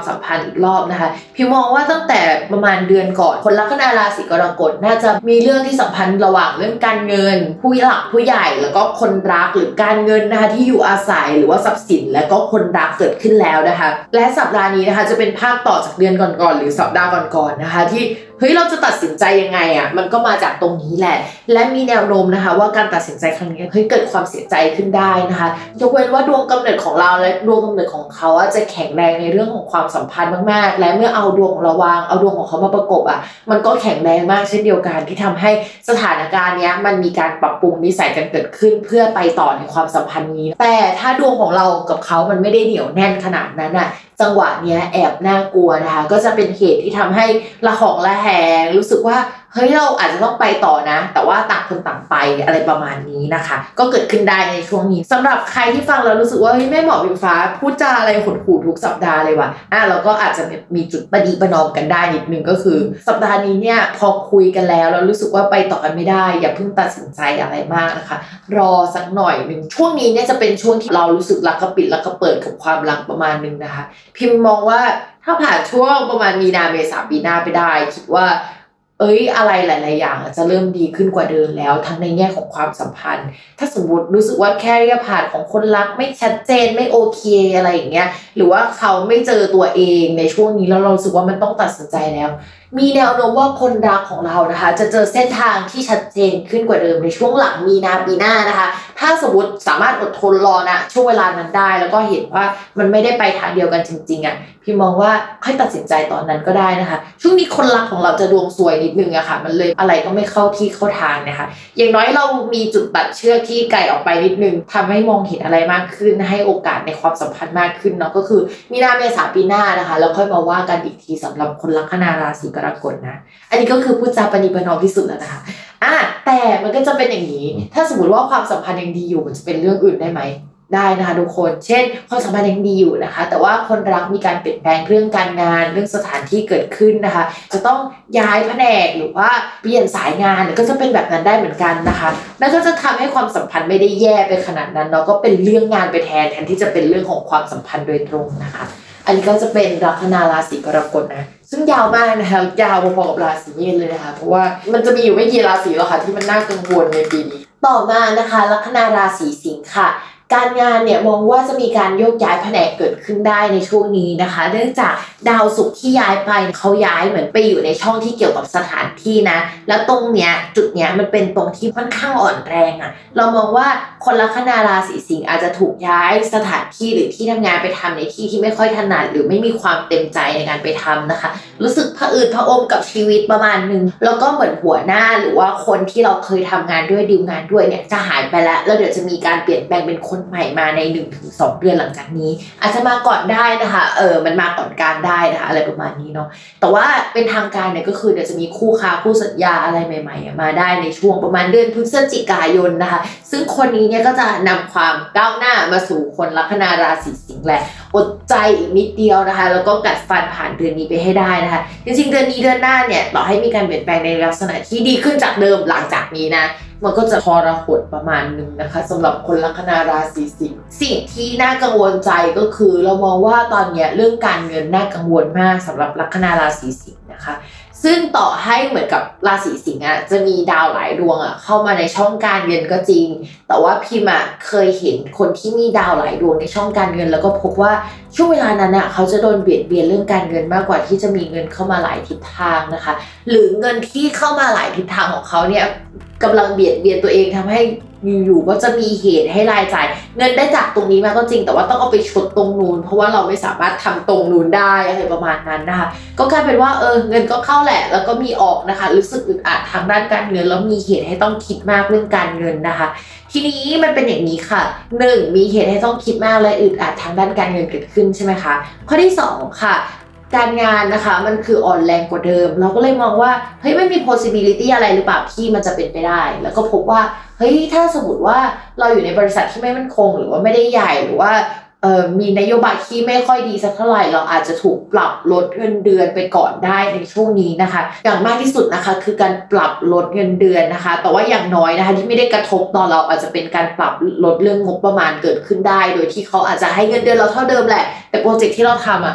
อีกรอบนะคะพี่มองว่าตั้งแต่ประมาณเดือนก่อนคนลัคนาราศีกรกฎน่าจะมีเรื่องที่สัมพันธ์ระหว่างเรื่องการเงินผู้หลักผู้ใหญ่แล้วก็คนรักหรือการเงินนะคะที่อยู่อาศัยหรือว่าทรัพย์สินและก็คนรักเกิดขึ้นแล้วนะคะและสัปดาห์นี้นะคะจะเป็นภาคต่อจากเดือนก่อนๆหรือสัปดาห์ก่อนๆนะคะที่เฮ้ยเราจะตัดสินใจยังไงอ่ะมันก็มาจากตรงนี้แหละและมีแนวโน้มนะคะว่าการตัดสินใจครั้งนี้เฮ้ยเกิดความเสียใจขึ้นได้นะคะยกเว้นว่าดวงกำเนิดของเราและดวงกำเนิดของเขาจะแข็งแรงในเรื่องของความสัมพันธ์มากๆและเมื่อเอาดวงของเราวางเอาดวงของเขามาประกบอ่ะมันก็แข็งแรงมากเช่นเดียวกันที่ทำให้สถานการณ์เนี้ยมันมีการปรับปรุงนิสัยกันเกิดขึ้นเพื่อไปต่อในความสัมพันธ์นี้แต่ถ้าดวงของเรากับเขามันไม่ได้เหนียวแน่นขนาดนั้นอ่ะจังหวะเนี้ยแอบน่ากลัวนะคะก็จะเป็นเหตุที่ทำให้ระหองระแหงรู้สึกว่าเฮ้ยเราอาจจะต้องไปต่อนะแต่ว่าต่างคนต่างไปอะไรประมาณนี้นะคะก็เกิดขึ้นได้ในช่วงนี้สำหรับใครที่ฟังแล้วรู้สึกว่าเฮ้ยแม่หมอพิมฟ้าพูดจาอะไรหดหู่ทุกสัปดาห์เลยว่ะอ่ะเราก็อาจจะมีจุดประดีประนอมกันได้นิดนึงก็คือสัปดาห์นี้เนี่ยพอคุยกันแล้วเรารู้สึกว่าไปต่อกันไม่ได้อย่าเพิ่งตัดสินใจอะไรมากนะคะรอสักหน่อยนึงช่วงนี้เนี่ยจะเป็นช่วงที่เรารู้สึกรักกระปิดรักกระเปิดกับความรักประมาณนึงนะคะพิมมองว่าถ้าผ่านช่วงประมาณมีนาเมษาปีหน้าไปได้คิดว่าเอ้ยอะไรหลายๆอย่างจะเริ่มดีขึ้นกว่าเดิมแล้วทั้งในแง่ของความสัมพันธ์ถ้าสมมติรู้สึกว่าแค่ระยะผ่านของคนรักไม่ชัดเจนไม่โอเคอะไรอย่างเงี้ยหรือว่าเขาไม่เจอตัวเองในช่วงนี้แล้วเรารู้สึกว่ามันต้องตัดสินใจแล้วมีแนวโน้มว่าคนรักของเรานะคะจะเจอเส้นทางที่ชัดเจนขึ้นกว่าเดิมในช่วงหลังมีนาปีหน้านะคะถ้าสมมติสามารถอดทนรอนะช่วงเวลานั้นได้แล้วก็เห็นว่ามันไม่ได้ไปทางเดียวกันจริงๆอ่ะพี่มองว่าค่อยตัดสินใจตอนนั้นก็ได้นะคะช่วงนี้คนรักของเราจะดวงซวยนิดนึงอะค่ะมันเลยอะไรก็ไม่เข้าที่เข้าทางนะคะอย่างน้อยเรามีจุดตัดเชือกที่ไกลออกไปนิดนึงทำให้มองเห็นอะไรมากขึ้นให้โอกาสในความสัมพันธ์มากขึ้นเนาะก็คือมีนาเมษาปีหน้านะคะแล้วค่อยมาว่ากันอีกทีสำหรับคนลัคนาราศีกรกฎนะอันนี้ก็คือพูดจาปณิประนอมที่สุดแล้วนะคะอ่ะแต่มันก็จะเป็นอย่างนี้ถ้าสมมติว่าความสัมพันธ์ยังดีอยู่มันจะเป็นเรื่องอื่นได้ไหมได้นะคะทุกคนเช่นความสัมพันธ์ยังดีอยู่นะคะแต่ว่าคนรักมีการเปลี่ยนแปลงเรื่องการงานเรื่องสถานที่เกิดขึ้นนะคะจะต้องย้ายแผนกหรือว่าเปลี่ยนสายงานก็จะเป็นแบบนั้นได้เหมือนกันนะคะนั่นก็จะทำให้ความสัมพันธ์ไม่ได้แย่ไปขนาดนั้นเนาะก็เป็นเรื่องงานไปแทนแทนที่จะเป็นเรื่องของความสัมพันธ์โดยตรงนะคะอันนี้ก็จะเป็นลัคนาราศีกรกฎนะซึ่งยาวมากนะคะยาวพอๆกับราศีเมษเลยนะคะเพราะว่ามันจะมีอยู่ไม่กี่ราศีหรอกค่ะที่มันน่ากังวลในปีนี้ต่อมานะคะลัคนาราศีสิงค์ค่ะการงานเนี่ยมองว่าจะมีการโยกย้ายแผนกเกิดขึ้นได้ในช่วงนี้นะคะเนื่องจากดาวศุกร์ที่ย้ายไปเขาย้ายเหมือนไปอยู่ในช่องที่เกี่ยวกับสถานที่นะแล้วตรงเนี้ยจุดเนี้ยมันเป็นตรงที่ค่อนข้างอ่อนแรงอ่ะเรามองว่าคนลัคนาราศีสิงห์อาจจะถูกย้ายสถานที่หรือที่ทำงานไปทำในที่ที่ไม่ค่อยถนัดหรือไม่มีความเต็มใจในการไปทำนะคะรู้สึกผะอืดผะอมกับชีวิตประมาณนึงแล้วก็เหมือนหัวหน้าหรือว่าคนที่เราเคยทำงานด้วยดีลงานด้วยเนี่ยจะหายไปแล้วแล้วเดี๋ยวจะมีการเปลี่ยนแปลงเป็นคนใหม่มาใน หนึ่งถึงสอง เดือนหลังจากนี้อาจจะมาก่อนได้นะคะเออมันมาก่อนการได้นะคะอะไรประมาณนี้เนาะแต่ว่าเป็นทางการเนี่ยก็คือเดี๋ยวจะมีคู่ค้าคู่สัญญาอะไรใหม่ๆมาได้ในช่วงประมาณเดือนพฤศจิกายนนะคะซึ่งคนนี้เนี่ยก็จะนำความก้าวหน้ามาสู่คนลัคนาราศีสิงห์แหละอดใจอีกนิดเดียวนะคะแล้วก็กัดฟันผ่านเดือนนี้ไปให้ได้นะคะจริงๆเดือนนี้เดือนหน้าเนี่ยต่อให้มีการเปลี่ยนแปลงในลักษณะที่ดีขึ้นจากเดิมหลังจากนี้นะมันก็จะทรหดประมาณนึงนะคะสำหรับคนลัคนาราศีสิงห์สิ่งที่น่ากังวลใจก็คือเรามองว่าตอนนี้เรื่องการเงินน่ากังวลมากสำหรับลัคนาราศีสิงห์นะคะซึ่งต่อให้เหมือนกับราศีสิงห์อ่ะจะมีดาวหลายดวงอ่ะเข้ามาในช่องการเงินก็จริงแต่ว่าพิมอ่ะเคยเห็นคนที่มีดาวหลายดวงในช่องการเงินแล้วก็พบว่าช่วงเวลานั้นอ่ะเขาจะโดนเบียดเบียนเรื่องการเงินมากกว่าที่จะมีเงินเข้ามาหลายทิศทางนะคะหรือเงินที่เข้ามาหลายทิศทางของเขาเนี่ยกำลังเบียดเบียนตัวเองทำให้อยู่ๆก็จะมีเหตุให้รายจ่ายเงินได้จากตรงนี้มาก็จริงแต่ว่าต้องเอาไปชดตรงนู้นเพราะว่าเราไม่สามารถทำตรงนู้นได้อะไรประมาณนั้นนะคะก็กลายเป็นว่าเออเงินก็เข้าแหละแล้วก็มีออกนะคะรู้สึกอึดอัดทางด้านการเงินแล้วมีเหตุให้ต้องคิดมากเรื่องการเงินนะคะทีนี้มันเป็นอย่างนี้ค่ะหนึ่งมีเหตุให้ต้องคิดมากและอึดอัดทางด้านการเงินเกิดขึ้นใช่ไหมคะข้อที่สองค่ะการงานนะคะมันคืออ่อนแรงกว่าเดิมเราก็เลยมองว่าเฮ้ยไม่มี possibility อะไรหรือเปล่าที่มันจะเป็นไปได้แล้วก็พบว่าเฮ้ยถ้าสมมติว่าเราอยู่ในบริษัทที่ไม่มั่นคงหรือว่าไม่ได้ใหญ่หรือว่าเอ่อมีนโยบายที่ไม่ค่อยดีสักเท่าไหร่เราอาจจะถูกปรับลดเงินเดือนไปก่อนได้ในช่วงนี้นะคะอย่างมากที่สุดนะคะคือการปรับลดเงินเดือนนะคะแต่ว่าอย่างน้อยนะคะที่ไม่ได้กระทบต่อเราอาจจะเป็นการปรับลดเรื่องงบประมาณเกิดขึ้นได้โดยที่เขาอาจจะให้เงินเดือนเราเท่าเดิมแหละแต่โปรเจกต์ที่เราทำอ่ะ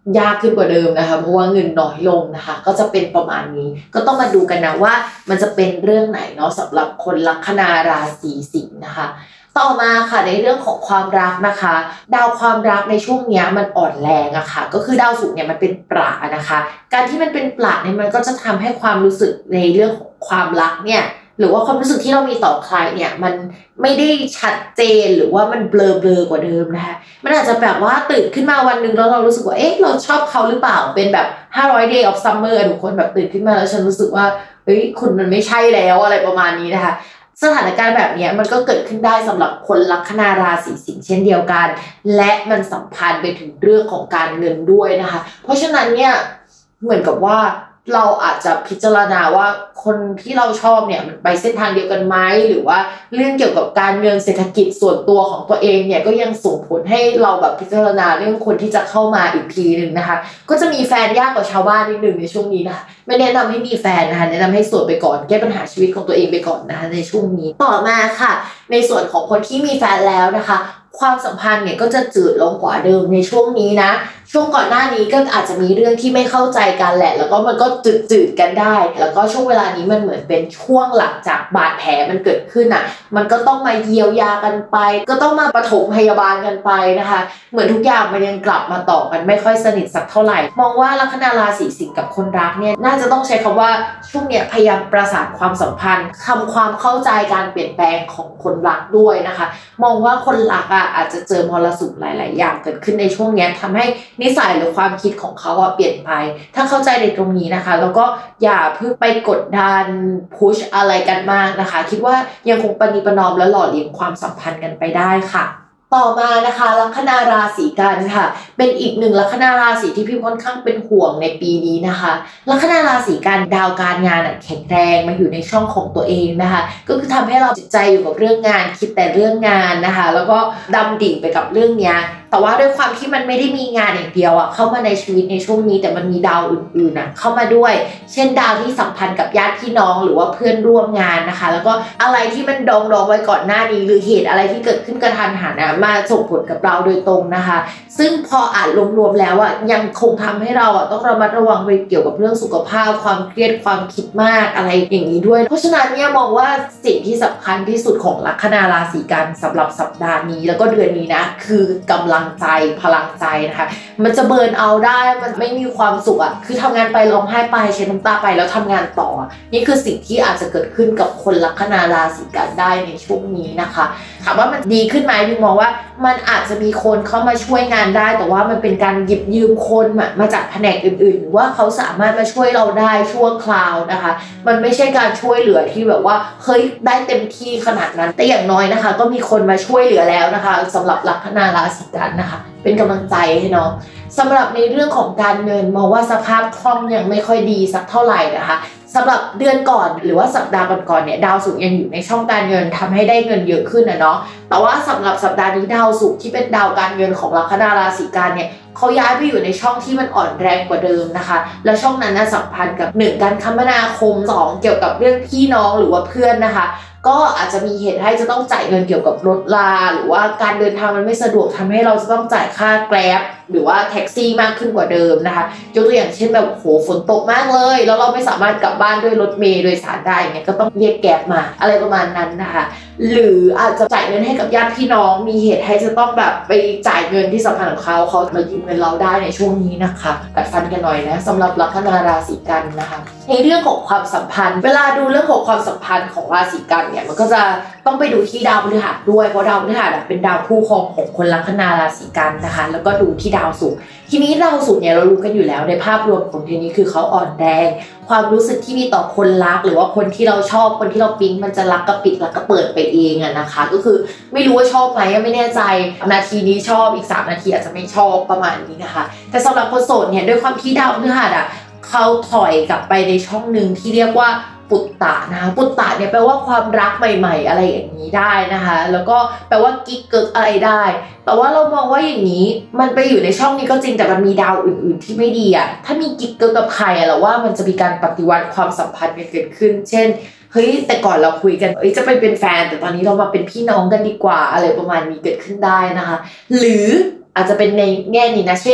ยากขึ้นกว่าเดิมนะคะเพราะว่าเงินน้อยลงนะคะก็จะเป็นประมาณนี้ก็ต้องมาดูกันนะว่ามันจะเป็นเรื่องไหนเนาะสำหรับคนลัคนาราศีสิงห์นะคะต่อมาค่ะในเรื่องของความรักนะคะดาวความรักในช่วงนี้มันอ่อนแรงอะค่ะก็คือดาวศุกร์เนี่ยมันเป็นปรานะคะการที่มันเป็นปราเนี่ยมันก็จะทำให้ความรู้สึกในเรื่องของความรักเนี่ยหรือว่าความรู้สึกที่เรามีต่อใครเนี่ยมันไม่ได้ชัดเจนหรือว่ามันเบลอเบลอกว่าเดิมนะคะมันอาจจะแบบว่าตื่นขึ้นมาวันนึงแล้วเรารู้สึกว่าเอ๊ะเราชอบเขาหรือเปล่าเป็นแบบห้าร้อย day of summer ทุกคนแบบตื่นขึ้นมาแล้วฉันรู้สึกว่าเฮ้ยคุณมันไม่ใช่แล้วอะไรประมาณนี้นะคะสถานการณ์แบบนี้มันก็เกิดขึ้นได้สำหรับคนลัคนาราศีสิงห์เช่นเดียวกันและมันสัมพันธ์ไปถึงเรื่องของการเงินด้วยนะคะเพราะฉะนั้นเนี่ยเหมือนกับว่าเราอาจจะพิจารณาว่าคนที่เราชอบเนี่ยมันไปเส้นทางเดียวกันไหมหรือว่าเรื่องเกี่ยวกับการเงินเศรษฐกิจส่วนตัวของตัวเองเนี่ยก็ยังส่งผลให้เราแบบพิจารณาเรื่องคนที่จะเข้ามาอีกทีนึงนะคะก็จะมีแฟนยากกว่าชาวบ้านนิดนึงในช่วงนี้นะคะไม่แนะนำให้มีแฟนนะคะแนะนำให้โสดไปก่อนแก้ปัญหาชีวิตของตัวเองไปก่อนนะคะในช่วงนี้ต่อมาค่ะในส่วนของคนที่มีแฟนแล้วนะคะความสัมพันธ์เนี่ยก็จะจืดลงกว่าเดิมในช่วงนี้นะช่วงก่อนหน้านี้ก็อาจจะมีเรื่องที่ไม่เข้าใจกันแหละแล้วก็มันก็จืดๆกันได้แล้วก็ช่วงเวลานี้มันเหมือนเป็นช่วงหลังจากบาดแผลมันเกิดขึ้นอ่ะมันก็ต้องมาเยียวยากันไปก็ต้องมาปฐมพยาบาลกันไปนะคะเหมือนทุกอย่างมันยังกลับมาต่อกันไม่ค่อยสนิทสักเท่าไหร่มองว่าลัคนาราศีสิงห์กับคนรักเนี่ยน่าจะต้องใช้คำว่าช่วงเนี้ยพยายามประสานความสัมพันธ์ทำความเข้าใจการเปลี่ยนแปลงของคนรักด้วยนะคะมองว่าคนรักอ่ะอาจจะเจอมรสุมหลายๆอย่างเกิดขึ้นในช่วงนี้ทำให้นิสัยหรือความคิดของเขาอะเปลี่ยนไปถ้าเข้าใจในตรงนี้นะคะแล้วก็อย่าเพิ่งไปกดดันพุชอะไรกันมากนะคะคิดว่ายังคงประนีประนอมและหล่อเลี้ยงความสัมพันธ์กันไปได้ค่ะต่อมานะคะลัคนาราศีกันค่ะเป็นอีกหนึ่งลัคนาราศีที่พี่ค่อนข้างเป็นห่วงในปีนี้นะคะลัคนาราศีกันดาวการงานแข็งแรงมาอยู่ในช่องของตัวเองนะคะก็คือทำให้เราจิตใจอยู่กับเรื่องงานคิดแต่เรื่องงานนะคะแล้วก็ดำดิ่งไปกับเรื่องนี้แต่ว่าด้วยความที่มันไม่ได้มีงานอย่างเดียวอ่ะเข้ามาในชีวิตในช่วงนี้แต่มันมีดาวอื่นๆน่ะเข้ามาด้วยเช่นดาวที่สัมพันธ์กับญาติพี่น้องหรือว่าเพื่อนร่วมงานนะคะแล้วก็อะไรที่มันดองๆไว้ก่อนหน้านี้หรือเหตุอะไรที่เกิดขึ้นกระทันหันนะมาส่งผลกับเราโดยตรงนะคะซึ่งพออ่านรวมๆแล้วอ่ะยังคงทำให้เราอ่ะต้องระมัดระวังไปเกี่ยวกับเรื่องสุขภาพความเครียดความคิดมากอะไรอย่างนี้ด้วยเพราะฉะนั้นเนี่ยมองว่าสิ่งที่สำคัญที่สุดของลัคนาราศีกันสำหรับสัปดาห์นี้แล้วก็เดือนนี้นะคือกำลังใจพลังใจนะคะมันจะเบิร์นเอาได้มันไม่มีความสุขอ่ะคือทำงานไปร้องไห้ไปใช้น้ำตาไปแล้วทำงานต่อนี่คือสิ่งที่อาจจะเกิดขึ้นกับคนลัคนาราศีกันได้ในช่วงนี้นะคะถามว่ามันดีขึ้นไหมพี่มองว่ามันอาจจะมีคนเข้ามาช่วยงานได้แต่ว่ามันเป็นการหยิบยืมคนมามาจากแผนกอื่นๆหรือว่าเขาสามารถมาช่วยเราได้ชั่วคราวนะคะมันไม่ใช่การช่วยเหลือที่แบบว่าเฮ้ยได้เต็มที่ขนาดนั้นแต่อย่างน้อยนะคะก็มีคนมาช่วยเหลือแล้วนะคะสำหรับลัคนาราศีกันนะคะเป็นกำลังใจให้เนาะสำหรับในเรื่องของการเงินมองว่าสภาพคล่องยังไม่ค่อยดีสักเท่าไหร่นะคะสำหรับเดือนก่อนหรือว่าสัปดาห์ก่อนๆเนี่ยดาวศุกร์ยังอยู่ในช่องการเงินทำให้ได้เงินเยอะขึ้นนะเนาะแต่ว่าสำหรับสัปดาห์นี้ดาวศุกร์ที่เป็นดาวการเงินของลัคนาราศีกันเนี่ยเขาย้ายไปอยู่ในช่องที่มันอ่อนแรงกว่าเดิมนะคะแล้วช่องนั้นน่ะสัมพันธ์กับหนึ่งการคมนาคมสองเกี่ยวกับเรื่องพี่น้องหรือว่าเพื่อนนะคะก็อาจจะมีเหตุให้จะต้องจ่ายเงินเกี่ยวกับรถลาหรือว่าการเดินทางมันไม่สะดวกทำให้เราจะต้องจ่ายค่าแกร็บหรือว่าแท็กซี่มากขึ้นกว่าเดิมนะคะยกตัวอย่างเช่นแบบโหฝนตกมากเลยแล้วเราไม่สามารถกลับบ้านด้วยรถเมล์โดยสารได้เนี่ยก็ต้องเรียกแกร็บมาอะไรประมาณนั้นนะคะหรืออาจจะจ่ายเงินให้กับญาติพี่น้องมีเหตุให้จะต้องแบบไปจ่ายเงินที่สำคัญของเขาเขามายืมเงินเราได้ในช่วงนี้นะคะกัดฟันกันหน่อยนะสำหรับลัคนาราศีกันนะคะในเรื่องของความสัมพันธ์เวลาดูเรื่องของความสัมพันธ์ของราศีกันเนี่ยมันก็จะต้องไปดูที่ดาวพฤหัสด้วยเพราะดาวพฤหัสเป็นดาวคู่ครองของคนลัคนาราศีกันนะคะแล้วก็ดูที่ดาวศุกร์ทีนี้ดาวศุกร์เนี่ยเรารู้กันอยู่แล้วในภาพรวมของทีนี้คือเขาอ่อนแรงความรู้สึกที่มีต่อคนรักหรือว่าคนที่เราชอบคนที่เราปิ๊งมันจะรักกระปิดรักกระเปิดไปเองอะนะคะก็คือไม่รู้ว่าชอบไหมไม่แน่ใจนาทีนี้ชอบอีกสามนาทีอาจจะไม่ชอบประมาณนี้นะคะแต่สำหรับคนโสดเนี่ยด้วยความที่ดาวพฤหัสอะเขาถอยกลับไปในช่องนึงที่เรียกว่าปุตตะนะคะปุตตะเนี่ยแปลว่าความรักใหม่ๆอะไรอย่างนี้ได้นะคะแล้วก็แปลว่ากิ๊กเกิร์กอะไรได้แต่ว่าเรามองว่าอย่างนี้มันไปอยู่ในช่องนี้ก็จริงแต่มันมีดาวอื่นๆที่ไม่ดีอ่ะถ้ามีกิ๊กเกิร์กกับใครอะเราว่ามันจะมีการปฏิวัติความสัมพันธ์กันเกิดขึ้นเช่นเฮ้ยแต่ก่อนเราคุยกันเอ้ยจะไปเป็นแฟนแต่ตอนนี้เรามาเป็นพี่น้องกันดีกว่าอะไรประมาณนี้เกิดขึ้นได้นะคะหรืออาจจะเป็นในแง่นี้นะเช่น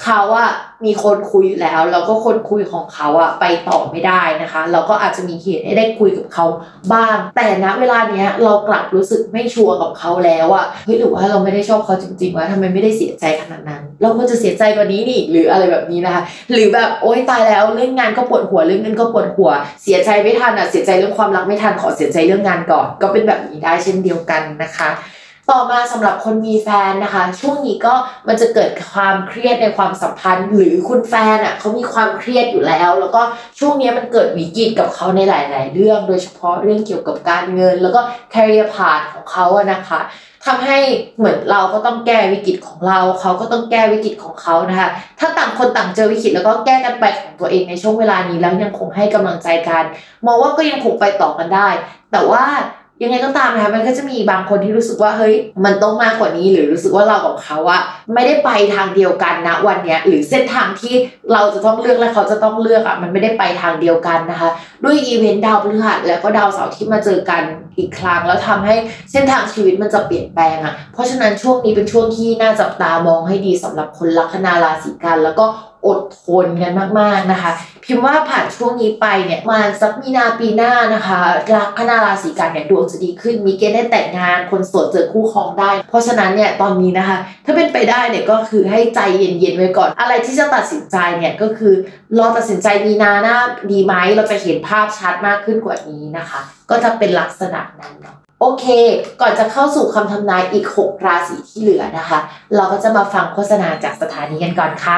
เขาอะมีคนคุยแล้วแล้วก็คนคุยของเขาอะไปต่อไม่ได้นะคะเราก็อาจจะมีเหตุให้ได้คุยกับเขาบ้างแต่ณเวลาเนี้ยเรากลับรู้สึกไม่ชัวร์กับเขาแล้วอะเฮ้ยหรือว่าเราไม่ได้ชอบเขาจริงๆวะทำไมไม่ได้เสียใจขนาดนั้นเราควรจะเสียใจกว่านี้นี่หรืออะไรแบบนี้นะคะหรือแบบโอ๊ยตายแล้วเรื่องงานก็ปวดหัวเรื่องเงินก็ปวดหัวเสียใจไม่ทันอะเสียใจเรื่องความรักไม่ทันขอเสียใจเรื่องงานก่อนก็เป็นแบบนี้ได้เช่นเดียวกันนะคะต่อมาสำหรับคนมีแฟนนะคะช่วงนี้ก็มันจะเกิดความเครียดในความสัมพันธ์หรือคุณแฟนอ่ะเขามีความเครียดอยู่แล้วแล้วก็ช่วงนี้มันเกิดวิกฤตกับเขาในหลายๆเรื่องโดยเฉพาะเรื่องเกี่ยวกับการเงินแล้วก็ career path ของเขาอะนะคะทำให้เหมือนเราก็ต้องแก้วิกฤตของเราเขาก็ต้องแก้วิกฤตของเขานะคะถ้าต่างคนต่างเจอวิกฤตแล้วก็แก้กันไปของตัวเองในช่วงเวลานี้แล้วยังคงให้กำลังใจกันมองว่าก็ยังคงไปต่อกันได้แต่ว่ายังไงก็ตามนะคะมันก็จะมีบางคนที่รู้สึกว่าเฮ้ยมันต้องมากกว่านี้หรือรู้สึกว่าเรากับเขาอะไม่ได้ไปทางเดียวกันนะวันเนี้ยหรือเส้นทางที่เราจะต้องเลือกและเขาจะต้องเลือกอะมันไม่ได้ไปทางเดียวกันนะคะด้วยอีเวนต์ดาวพฤหัสแล้วก็ดาวเสาร์ที่มาเจอกันอีกครั้งแล้วทำให้เส้นทางชีวิตมันจะเปลี่ยนแปลงอะเพราะฉะนั้นช่วงนี้เป็นช่วงที่น่าจับตามองให้ดีสำหรับคนลัคนาราศีกันแล้วก็อดทนกันมากๆนะคะพิมพ์ว่าผ่านช่วงนี้ไปเนี่ยมาสักมีนาปีหน้านะคะลัคนาราศีกันเนี่ยดวงจะดีขึ้นมีเกณฑ์ได้แต่งงานคนโสดเจอคู่ครองได้เพราะฉะนั้นเนี่ยตอนนี้นะคะถ้าเป็นไปได้เนี่ยก็คือให้ใจเย็นๆไว้ก่อนอะไรที่จะตัดสินใจเนี่ยก็คือรอตัดสินใจมีนาหน้าดีไหมเราจะเห็นภาพชัดมากขึ้นกว่านี้นะคะก็จะเป็นลักษณะนั้นเนาะโอเคก่อนจะเข้าสู่คำทำนายอีกหกราศีที่เหลือนะคะเราก็จะมาฟังโฆษณาจากสถานีกันก่อนค่ะ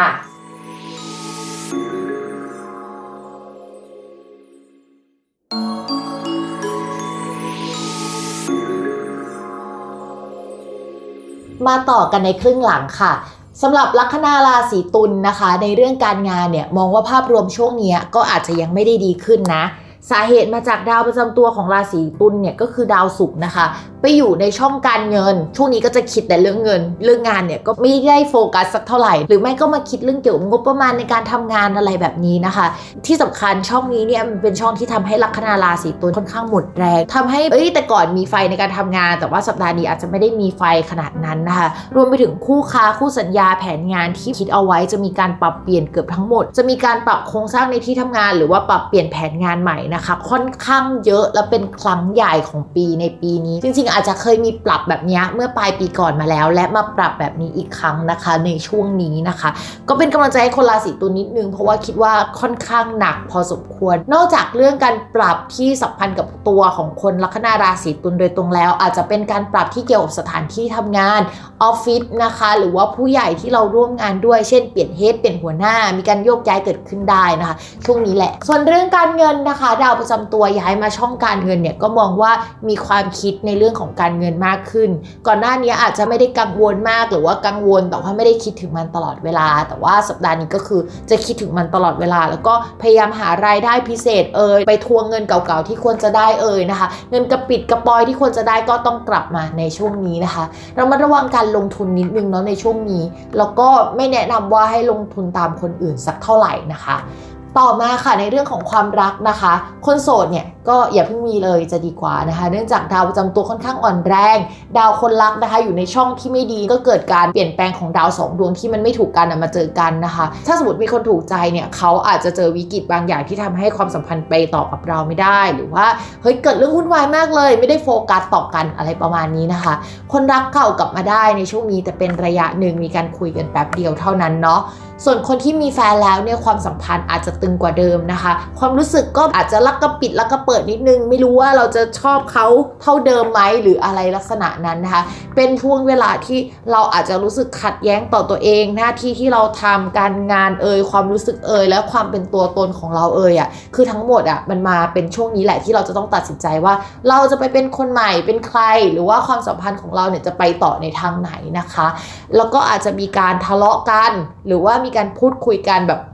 มาต่อกันในครึ่งหลังค่ะสำหรับลัคนาราศีตุลนะคะในเรื่องการงานเนี่ยมองว่าภาพรวมช่วงนี้ก็อาจจะยังไม่ได้ดีขึ้นนะสาเหตุมาจากดาวประจำตัวของราศีตุลเนี่ยก็คือดาวศุกร์นะคะไปอยู่ในช่องการเงินช่วงนี้ก็จะคิดแต่เรื่องเงินเรื่องงานเนี่ยก็ไม่ได้โฟกัสสักเท่าไหร่หรือไม่ก็มาคิดเรื่องเกี่ยวกับงบประมาณในการทำงานอะไรแบบนี้นะคะที่สำคัญช่องนี้เนี่ยมันเป็นช่องที่ทำให้ลัคนาราศีตุลค่อนข้างหมดแรงทำให้เอ้ยแต่ก่อนมีไฟในการทำงานแต่ว่าสัปดาห์นี้อาจจะไม่ได้มีไฟขนาดนั้นนะคะรวมไปถึงคู่ค้าคู่สัญญาแผนงานที่คิดเอาไว้จะมีการปรับเปลี่ยนเกือบทั้งหมดจะมีการปรับโครงสร้างในที่ทำงานหรือว่าปรับเปลี่ยนแผนงานใหม่นะคะค่อนข้างเยอะและเป็นครั้งใหญ่ของปีในปีนี้จริงๆอาจจะเคยมีปรับแบบนี้เมื่อปลายปีก่อนมาแล้วและมาปรับแบบนี้อีกครั้งนะคะในช่วงนี้นะคะก็เป็นกำลังใจให้คนราศีตุลนิดนึงเพราะว่าคิดว่าค่อนข้างหนักพอสมควรนอกจากเรื่องการปรับที่สัมพันธ์กับตัวของคนลัคนาราศีตุลโดยตรงแล้วอาจจะเป็นการปรับที่เกี่ยวกับสถานที่ทำงานออฟฟิศนะคะหรือว่าผู้ใหญ่ที่เราร่วมงานด้วยเช่นเปลี่ยนเฮดเปลี่ยนหัวหน้ามีการโยกย้ายเกิดขึ้นได้นะคะช่วงนี้แหละส่วนเรื่องการเงินนะคะดาวประจำตัวย้ายมาช่องการเงินเนี่ยก็มองว่ามีความคิดในเรื่องของการเงินมากขึ้นก่อนหน้านี้อาจจะไม่ได้กังวลมากหรือว่ากังวลแต่ว่าไม่ได้คิดถึงมันตลอดเวลาแต่ว่าสัปดาห์นี้ก็คือจะคิดถึงมันตลอดเวลาแล้วก็พยายามหารายได้พิเศษเอ่ยไปทวงเงินเก่าๆที่ควรจะได้เอ่ยนะคะเงินกระปิดกระปอยที่ควรจะได้ก็ต้องกลับมาในช่วงนี้นะคะเรามาระวังการลงทุนนิดนึงเนาะในช่วงนี้แล้วก็ไม่แนะนำว่าให้ลงทุนตามคนอื่นสักเท่าไหร่นะคะต่อมาค่ะในเรื่องของความรักนะคะคนโสดเนี่ยก็อย่าเพิ่งมีเลยจะดีกว่านะคะเนื่องจากดาวประจำตัวค่อนข้างอ่อนแรงดาวคนรักนะคะอยู่ในช่องที่ไม่ดีก็เกิดการเปลี่ยนแปลงของดาวสองดวงที่มันไม่ถูกกันมาเจอกันนะคะถ้าสมมติมีคนถูกใจเนี่ยเขาอาจจะเจอวิกฤตบางอย่างที่ทำให้ความสัมพันธ์ไปต่อกับเราไม่ได้หรือว่าเฮ้ยเกิดเรื่องวุ่นวายมากเลยไม่ได้โฟกัสต่อกันอะไรประมาณนี้นะคะคนรักเก่ากลับมาได้ในช่วงนี้แต่เป็นระยะหนึ่งมีการคุยกันแป๊บเดียวเท่านั้นเนาะส่วนคนที่มีแฟนแล้วเนี่ยความสัมพันธ์อาจจะตึงกว่าเดิมนะคะความรู้สึกก็อาจจะลักกระปิดลักกระเปิดนิดนึงไม่รู้ว่าเราจะชอบเขาเท่าเดิมไหมหรืออะไรลักษณะนั้นนะคะเป็นช่วงเวลาที่เราอาจจะรู้สึกขัดแย้งต่อตัวเองหน้าที่ที่เราทำการงานเอ่ยความรู้สึกเอ่ยและความเป็นตัวตนของเราเอ่ยอ่ะคือทั้งหมดอ่ะมันมาเป็นช่วงนี้แหละที่เราจะต้องตัดสินใจว่าเราจะไปเป็นคนใหม่เป็นใครหรือว่าความสัมพันธ์ของเราเนี่ยจะไปต่อในทางไหนนะคะแล้วก็อาจจะมีการทะเลาะกันหรือว่ามีการพูดคุยกันแบบ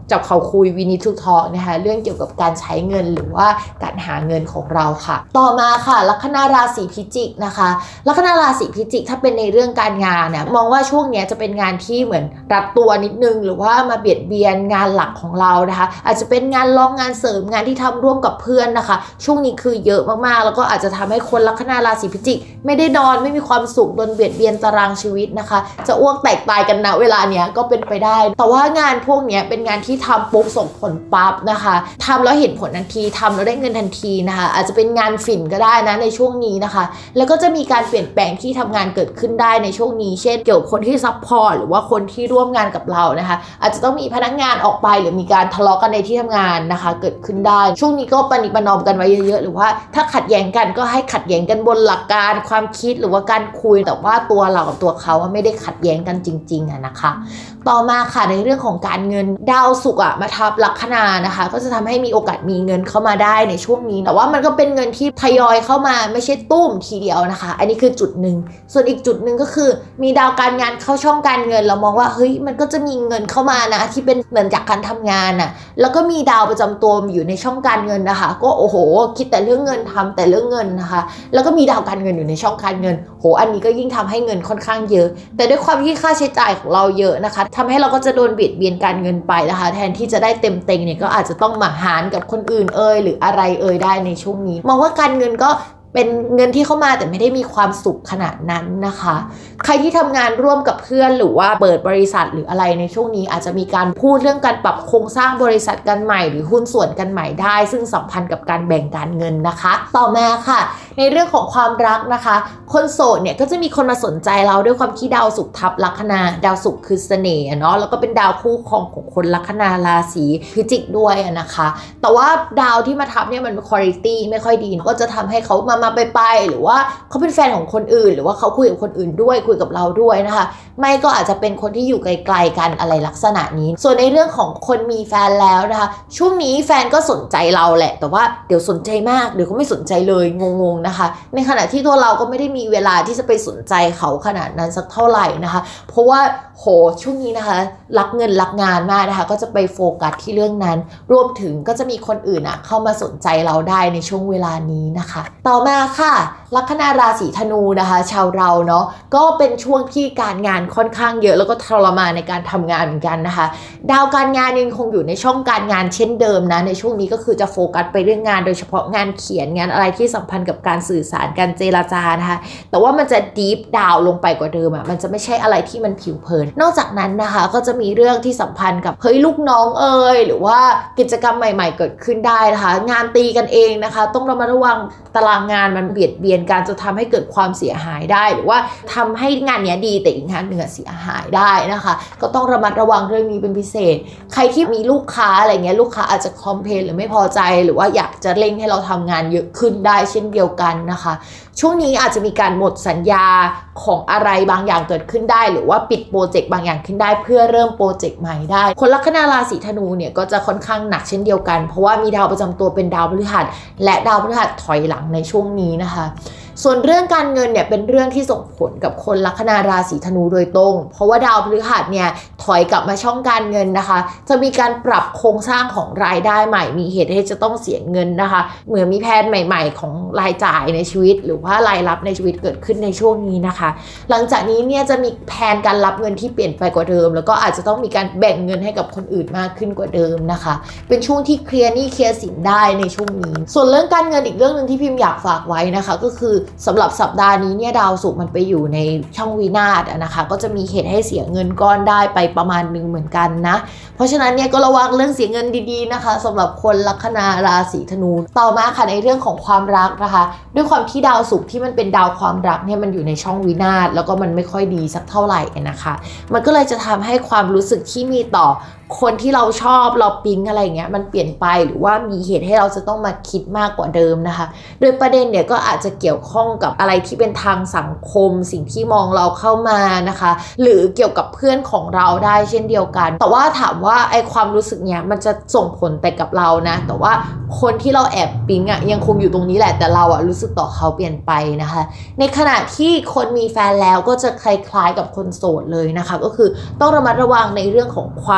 จับเขาคุย we need to talk นะคะเรื่องเกี่ยวกับการใช้เงินหรือว่าการหาเงินของเราค่ะต่อมาค่ะลัคนาราศีพิจิกนะคะลัคนาราศีพิจิกถ้าเป็นในเรื่องการงานเนี่ยมองว่าช่วงนี้จะเป็นงานที่เหมือนรัดตัวนิดนึงหรือว่ามาเบียดเบียนงานหลักของเรานะคะอาจจะเป็นงานรองงานเสริมงานที่ทำร่วมกับเพื่อนนะคะช่วงนี้คือเยอะมากๆแล้วก็อาจจะทำให้คนลัคนาราศีพิจิกไม่ได้นอนไม่มีความสุขโดนเบียดเบียนตารางชีวิตนะคะจะอ้วกแตกตายกันนะเวลาเนี้ยก็เป็นไปได้แต่ว่างานพวกนี้เป็นงานที่ทำปุ๊บส่งผลปั๊บนะคะทำแล้วเห็นผลทันทีทำแล้วได้เงินทันทีนะคะอาจจะเป็นงานฝิ่นก็ได้นะในช่วงนี้นะคะแล้วก็จะมีการเปลี่ยนแปลงที่ทำงานเกิดขึ้นได้ในช่วงนี้เช่นเกี่ยวกับคนที่ซัพพอร์ตหรือว่าคนที่ร่วมงานกับเรานะคะอาจจะต้องมีพนักงานออกไปหรือมีการทะเลาะกันในที่ทำงานนะคะเกิดขึ้นได้ช่วงนี้ก็ปณิประนอมกันไว้เยอะๆหรือว่าถ้าขัดแย้งกันก็ให้ขัดแย้งกันบนหลักการความคิดหรือว่าการคุยแต่ว่าตัวเรากับตัวเขาไม่ได้ขัดแย้งกันจริงๆอะนะคะต่อมาค่ะในเรื่องของการเงินดาวศุกร์อะมาทับลัคนานะคะก็จะทำให้มีโอกาสมีเงินเข้ามาได้ในช่วงนี้แต่ว่ามันก็เป็นเงินที่ทยอยเข้ามาไม่ใช่ตุ้มทีเดียวนะคะอันนี้คือจุดหนึ่งส่วนอีกจุดหนึ่งก็คือมีดาวการงานเข้าช่องการเงินเรามองว่าเฮ้ยมันก็จะมีเงินเข้ามานะที่เป็นเหมือนจากการทำงานน่ะแล้วก็มีดาวประจำตัวอยู่ในช่องการเงินนะคะก็โอ้โหคิดแต่เรื่องเงินทำแต่เรื่องเงินนะคะแล้วก็มีดาวการเงินอยู่ในช่องการเงินโหอันนี้ก็ยิ่งทำให้เงินค่อนข้างเยอะแต่ด้วยความที่ค่าใช้จ่ายของเราเยอะนะคะทำให้เราก็จะโดนเบียดเบียนการเงินไปนะคะแทนที่จะได้เต็มเต็งเนี่ยก็อาจจะต้องมาหารกับคนอื่นเอ่ยหรืออะไรเอ่ยได้ในช่วงนี้มองว่าการเงินก็เป็นเงินที่เข้ามาแต่ไม่ได้มีความสุขขนาดนั้นนะคะใครที่ทำงานร่วมกับเพื่อนหรือว่าเปิดบริษัทหรืออะไรในช่วงนี้อาจจะมีการพูดเรื่องการปรับโครงสร้างบริษัทกันใหม่หรือหุ้นส่วนกันใหม่ได้ซึ่งสัมพันธ์กับการแบ่งการเงินนะคะต่อมาค่ะในเรื่องของความรักนะคะคนโสดเนี่ยก็จะมีคนมาสนใจเราด้วยความที่ดาวศุกร์ทับลัคนาดาวศุกร์คือเสน่ห์เนาะแล้วก็เป็นดาวคู่ครองของคนลัคนาราศีพิจิกด้วยนะคะแต่ว่าดาวที่มาทับเนี่ยมันคุณภาพไม่ค่อยดีก็จะทำให้เขามามาไปไปหรือว่าเขาเป็นแฟนของคนอื่นหรือว่าเขาคุยกับคนอื่นด้วยคุยกับเราด้วยนะคะไม่ก็อาจจะเป็นคนที่อยู่ไกลๆกันอะไรลักษณะนี้ส่วนในเรื่องของคนมีแฟนแล้วนะคะช่วงนี้แฟนก็สนใจเราแหละแต่ว่าเดี๋ยวสนใจมากเดี๋ยวก็ไม่สนใจเลยงงๆนะคะในขณะที่ตัวเราก็ไม่ได้มีเวลาที่จะไปสนใจเขาขนาดนั้นสักเท่าไหร่นะคะเพราะว่าโหช่วงนี้นะคะรักเงินรักงานมากนะคะก็จะไปโฟกัสที่เรื่องนั้นรวมถึงก็จะมีคนอื่นอ่ะเข้ามาสนใจเราได้ในช่วงเวลานี้นะคะต่อมาค่ะลัคนาราศีธนูนะคะชาวเราเนาะก็เป็นช่วงที่การงานค่อนข้างเยอะแล้วก็ทรมานในการทำงานเหมือนกันนะคะดาวการงานยังคงอยู่ในช่องการงานเช่นเดิมนะในช่วงนี้ก็คือจะโฟกัสไปเรื่องงานโดยเฉพาะงานเขียนงานอะไรที่สัมพันธ์กับการสื่อสารการเจรจานะคะแต่ว่ามันจะดีฟดาวลงไปกว่าเดิมอ่ะมันจะไม่ใช่อะไรที่มันผิวเผินนอกจากนั้นนะคะก็จะมีเรื่องที่สัมพันธ์กับเฮ้ยลูกน้องเอ่ยหรือว่ากิจกรรมใหม่ๆเกิดขึ้นได้นะคะงานตีกันเองนะคะต้องระมัดระวังตารางงานมันเบียดเบียนการจะทำให้เกิดความเสียหายได้หรือว่าทำให้งานนี้ดีแต่อีกงานหนึ่งเสียหายได้นะคะก็ต้องระมัดระวังเรื่องนี้เป็นพิเศษใครที่มีลูกค้าอะไรเงี้ยลูกค้าอาจจะคอมเพลนหรือไม่พอใจหรือว่าอยากจะเร่งให้เราทำงานเยอะขึ้นได้เช่นเดียวกันนะคะช่วงนี้อาจจะมีการหมดสัญญาของอะไรบางอย่างเกิดขึ้นได้หรือว่าปิดโปรเจกต์บางอย่างขึ้นได้เพื่อเริ่มโปรเจกต์ใหม่ได้คนลัคนาราศีธนูเนี่ยก็จะค่อนข้างหนักเช่นเดียวกันเพราะว่ามีดาวประจำตัวเป็นดาวพฤหัสและดาวพฤหัสถอยหลังในช่วงนี้นะคะส่วนเรื่องการเงินเนี่ยเป็นเรื่องที่ส่งผลกับคนลัคนาราศีธนูโดยตรงเพราะว่าดาวพฤหัสเนี่ยถอยกลับมาช่องการเงินนะคะจะมีการปรับโครงสร้างของรายได้ใหม่มีเหตุให้จะต้องเสียเงินนะคะเหมือนมีแผนใหม่ๆของรายจ่ายในชีวิตหรือว่ารายรับในชีวิตเกิดขึ้นในช่วงนี้นะคะหลังจากนี้เนี่ยจะมีแผนการรับเงินที่เปลี่ยนไปกว่าเดิมแล้วก็อาจจะต้องมีการแบ่งเงินให้กับคนอื่นมากขึ้นกว่าเดิมนะคะเป็นช่วงที่เคลียร์หนี้เคลียร์สินได้ในช่วงนี้ส่วนเรื่องการเงินอีกเรื่องนึงที่พิมพ์อยากฝากไว้นะคะก็คือสำหรับสัปดาห์นี้เนี่ยดาวศุกร์มันไปอยู่ในช่องวินาศนะคะก็จะมีเหตุให้เสียเงินก้อนได้ไปประมาณนึงเหมือนกันนะเพราะฉะนั้นเนี่ยก็ระวังเรื่องเสียเงินดีๆนะคะสำหรับคนลัคนาราศีธนูต่อมาค่ะในเรื่องของความรักนะคะด้วยความที่ดาวศุกร์ที่มันเป็นดาวความรักเนี่ยมันอยู่ในช่องวินาศแล้วก็มันไม่ค่อยดีสักเท่าไหร่นะคะมันก็เลยจะทำให้ความรู้สึกที่มีต่อคนที่เราชอบเราปิ๊งอะไรเงี้ยมันเปลี่ยนไปหรือว่ามีเหตุให้เราจะต้องมาคิดมากกว่าเดิมนะคะโดยประเด็นเนี่ยก็อาจจะเกี่ยวข้องกับอะไรที่เป็นทางสังคมสิ่งที่มองเราเข้ามานะคะหรือเกี่ยวกับเพื่อนของเราได้เช่นเดียวกันแต่ว่าถามว่าไอความรู้สึกเนี้ยมันจะส่งผลแต่กับเรานะแต่ว่าคนที่เราแอบปิ๊งอ่ะยังคงอยู่ตรงนี้แหละแต่เราอ่ะรู้สึกต่อเขาเปลี่ยนไปนะคะในขณะที่คนมีแฟนแล้วก็จะคล้ายๆกับคนโสดเลยนะคะก็คือต้องระมัดระวังในเรื่องของความรู้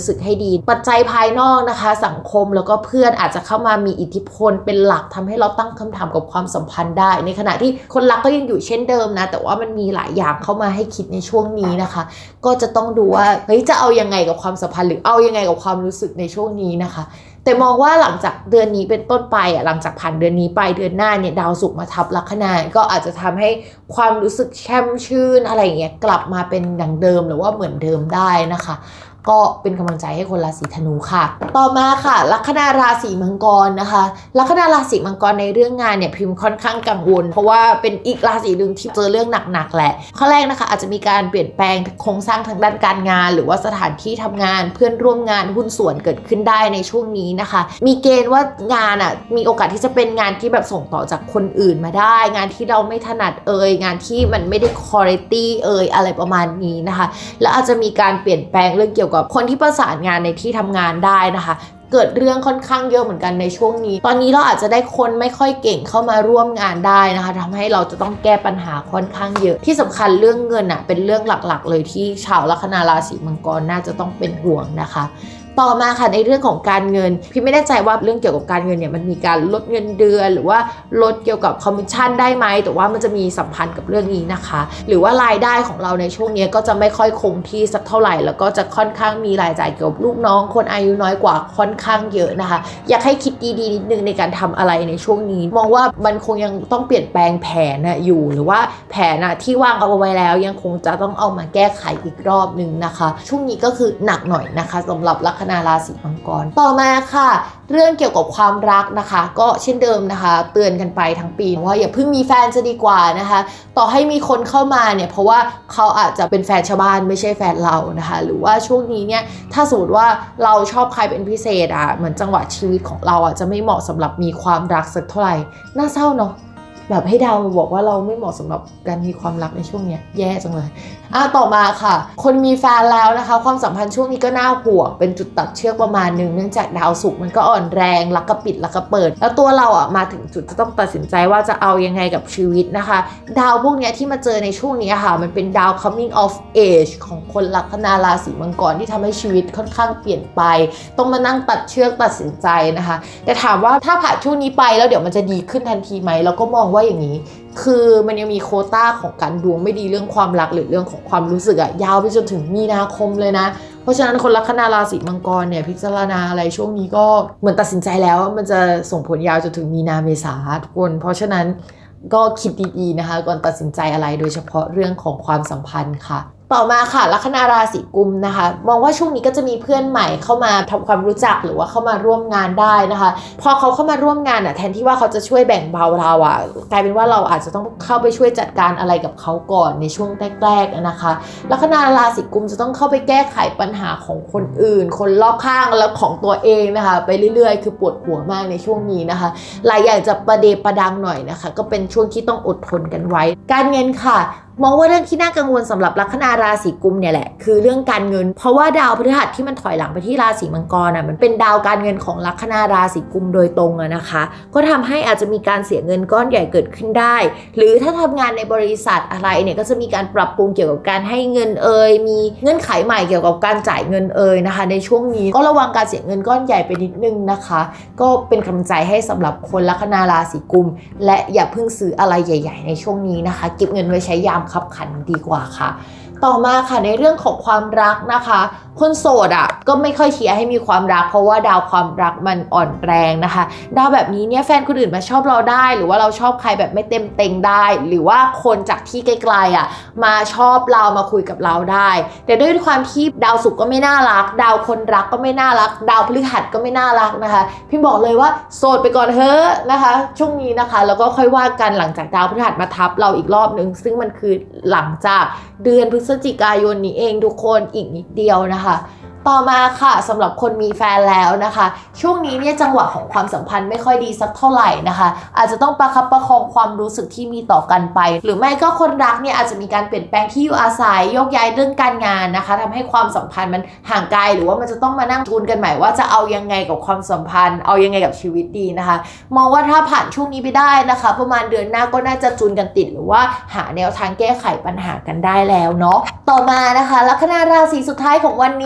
สึกให้ดีปัจจัยภายนอกนะคะสังคมแล้วก็เพื่อนอาจจะเข้ามามีอิทธิพลเป็นหลักทำให้เราตั้งคำถามกับความสัมพันธ์ได้ในขณะที่คนรักก็ยังอยู่เช่นเดิมนะแต่ว่ามันมีหลายอย่างเข้ามาให้คิดในช่วงนี้นะคะก็จะต้องดูว่าเฮ้ยจะเอายังไงกับความสัมพันธ์หรือเอายังไงกับความรู้สึกในช่วงนี้นะคะแต่มองว่าหลังจากเดือนนี้เป็นต้นไปอ่ะหลังจากผ่านเดือนนี้ไปเดือนหน้าเนี่ยดาวศุกร์มาทับลัคนาก็อาจจะทำให้ความรู้สึกแช่มชื่นอะไรอย่างเงี้ยกลับมาเป็นดังเดิมหรือว่าเหมือนเดิมได้นะคะก็เป็นกำลังใจให้คนราศีธนูค่ะต่อมาค่ะลัคนาราศีมังกรนะคะลัคนาราศีมังกรในเรื่องงานเนี่ยพิมพ์ค่อนข้างกังวลเพราะว่าเป็นอีกราศีหนึ่งที่เจอเรื่องหนักๆแหละข้อแรกนะคะอาจจะมีการเปลี่ยนแปลงโครงสร้างทางด้านการงานหรือว่าสถานที่ทำงานเพื่อนร่วมงานหุ้นส่วนเกิดขึ้นได้ในช่วงนี้นะคะมีเกณฑ์ว่างานอ่ะมีโอกาสที่จะเป็นงานที่แบบส่งต่อจากคนอื่นมาได้งานที่เราไม่ถนัดเอ่ยงานที่มันไม่ได้คุณภาพเอ่ยอะไรประมาณนี้นะคะแล้วอาจจะมีการเปลี่ยนแปลงเรื่องเกี่ยวกับคนที่ประสานงานในที่ทำงานได้นะคะเกิดเรื่องค่อนข้างเยอะเหมือนกันในช่วงนี้ตอนนี้เราอาจจะได้คนไม่ค่อยเก่งเข้ามาร่วมงานได้นะคะทำให้เราจะต้องแก้ปัญหาค่อนข้างเยอะที่สำคัญเรื่องเงินอ่ะเป็นเรื่องหลักๆเลยที่ชาวลัคนาราศีมังกรน่าจะต้องเป็นห่วงนะคะต่อมาค่ะในเรื่องของการเงินพี่ไม่แน่ใจว่าเรื่องเกี่ยวกับการเงินเนี่ยมันมีการลดเงินเดือนหรือว่าลดเกี่ยวกับคอมมิชชั่นได้ไหมแต่ว่ามันจะมีสัมพันธ์กับเรื่องนี้นะคะหรือว่ารายได้ของเราในช่วงนี้ก็จะไม่ค่อยคงที่สักเท่าไหร่แล้วก็จะค่อนข้างมีรายจ่ายเกี่ยวกับลูกน้องคนอายุน้อยกว่าค่อนข้างเยอะนะคะอยากให้คิดดีๆนิดนึงในการทำอะไรในช่วงนี้มองว่ามันคงยังต้องเปลี่ยนแปลงแผนนะอยู่หรือว่าแผนนะที่วางเอาไว้แล้วยังคงจะต้องเอามาแก้ไขอีกรอบนึงนะคะช่วงนี้ก็คือหนักหน่อยนะคะสำหรับลัคนาราศีมังกรต่อมาค่ะเรื่องเกี่ยวกับความรักนะคะก็เช่นเดิมนะคะเตือนกันไปทั้งปีว่าอย่าเพิ่งมีแฟนจะดีกว่านะคะต่อให้มีคนเข้ามาเนี่ยเพราะว่าเขาอาจจะเป็นแฟนชาวบ้านไม่ใช่แฟนเรานะคะหรือว่าช่วงนี้เนี่ยถ้าสมมติว่าเราชอบใครเป็นพิเศษอ่ะเหมือนจังหวะชีวิตของเราอ่ะจะไม่เหมาะสำหรับมีความรักสักเท่าไหร่น่าเศร้าเนาะแบบให้ดาวมาบอกว่าเราไม่เหมาะสำหรับการมีความรักในช่วงนี้แย่จังเลยอ่ะต่อมาค่ะคนมีแฟนแล้วนะคะความสัมพันธ์ช่วงนี้ก็น่าห่วงเป็นจุดตัดเชือกประมาณนึงเนื่องจากดาวศุกร์มันก็อ่อนแรงลักกระปิดลักกระเปิดแล้วตัวเราอ่ะมาถึงจุดจะต้องตัดสินใจว่าจะเอายังไงกับชีวิตนะคะดาวพวกนี้ที่มาเจอในช่วงนี้ค่ะมันเป็นดาว coming of age ของคนลัคนาราศีมังกรที่ทำให้ชีวิตค่อนข้างเปลี่ยนไปต้องมานั่งตัดเชือกตัดสินใจนะคะแต่ถามว่าถ้าผ่านช่วงนี้ไปแล้วเดี๋ยวมันจะดีขึ้นทันทีไหมเราก็มองว่าอย่างนี้คือมันยังมีโควต้าของการดวงไม่ดีเรื่องความรักหรือเรื่องของความรู้สึกอะยาวไปจนถึงมีนาคมเลยนะเพราะฉะนั้นคนลัคนาราศีมังกรเนี่ยพิจารณาอะไรช่วงนี้ก็เหมือนตัดสินใจแล้วมันจะส่งผลยาวจนถึงมีนาเมษาทุกคนเพราะฉะนั้นก็คิดดีๆนะคะก่อนตัดสินใจอะไรโดยเฉพาะเรื่องของความสัมพันธ์ค่ะต่อมาค่ะลัคนาราศีกุมนะคะมองว่าช่วงนี้ก็จะมีเพื่อนใหม่เข้ามาทำความรู้จักหรือว่าเข้ามาร่วมงานได้นะคะพอเขาเข้ามาร่วมงานอ่ะแทนที่ว่าเขาจะช่วยแบ่งเบาเราอ่ะกลายเป็นว่าเราอาจจะต้องเข้าไปช่วยจัดการอะไรกับเขาก่อนในช่วงแรกๆนะคะลัคนาราศีกุมจะต้องเข้าไปแก้ไขปัญหาของคนอื่นคนรอบข้างแล้วของตัวเองนะคะไปเรื่อยๆคือปวดหัวมากในช่วงนี้นะคะหลายอย่างจะประเดประดังหน่อยนะคะก็เป็นช่วงที่ต้องอดทนกันไว้การเงินค่ะมองว่าเรื่องที่น่ากังวลสำหรับลัคนาราศีกุมเนี่ยแหละคือเรื่องการเงินเพราะว่าดาวพฤหัสที่มันถอยหลังไปที่ราศีมังกรอ่ะมันเป็นดาวการเงินของลัคนาราศีกุมโดยตรงอะนะคะก็ทำให้อาจจะมีการเสียเงินก้อนใหญ่เกิดขึ้นได้หรือถ้าทำงานในบริษัทอะไรเนี่ยก็จะมีการปรับปรุงเกี่ยวกับการให้เงินเอ่ยมีเงื่อนไขใหม่เกี่ยวกับการจ่ายเงินเอ่ยนะคะในช่วงนี้ก็ระวังการเสียเงินก้อนใหญ่ไปนิดนึงนะคะก็เป็นกำลังใจให้สำหรับคนลัคนาราศีกุมและอย่าเพิ่งซื้ออะไรใหญ่ๆในช่วงนี้นะคะเก็บเงินไว้ใช้ยามคับขันดีกว่าค่ะต่อมาค่ะในเรื่องของความรักนะคะคนโสดอ่ะก็ไม่ค่อยเชียร์ให้มีความรักเพราะว่าดาวความรักมันอ่อนแรงนะคะดาวแบบนี้เนี่ยแฟนคนอื่นมาชอบเราได้หรือว่าเราชอบใครแบบไม่เต็มเต็งได้หรือว่าคนจากที่ไกลๆอ่ะมาชอบเรามาคุยกับเราได้แต่ด้วยความที่ดาวศุกร์ก็ไม่น่ารักดาวคนรักก็ไม่น่ารักดาวพฤหัสก็ไม่น่ารักนะคะพี่บอกเลยว่าโสดไปก่อนเถอะนะคะช่วงนี้นะคะแล้วก็ค่อยว่ากันหลังจากดาวพฤหัสมาทับเราอีกรอบนึงซึ่งมันคือหลังจากเดือนพฤศจิกายนนี้เองทุกคนอีกนิดเดียวนะคะต่อมาค่ะสำหรับคนมีแฟนแล้วนะคะช่วงนี้เนี่ยจังหวะของความสัมพันธ์ไม่ค่อยดีสักเท่าไหร่นะคะอาจจะต้องประคับประคองความรู้สึกที่มีต่อกันไปหรือไม่ก็คนรักเนี่ยอาจจะมีการเปลี่ยนแปลงที่อยู่อาศัยโยกย้ายเรื่องการงานนะคะทำให้ความสัมพันธ์มันห่างไกลหรือว่ามันจะต้องมานั่งจูนกันใหม่ว่าจะเอายังไงกับความสัมพันธ์เอายังไงกับชีวิตดีนะคะมองว่าถ้าผ่านช่วงนี้ไปได้นะคะประมาณเดือนหน้าก็น่าจะจูนกันติดหรือว่าหาแนวทางแก้ไขปัญหากันได้แล้วเนาะต่อมานะคะลัคนาราศีสุดท้ายของวันนี้นะคะ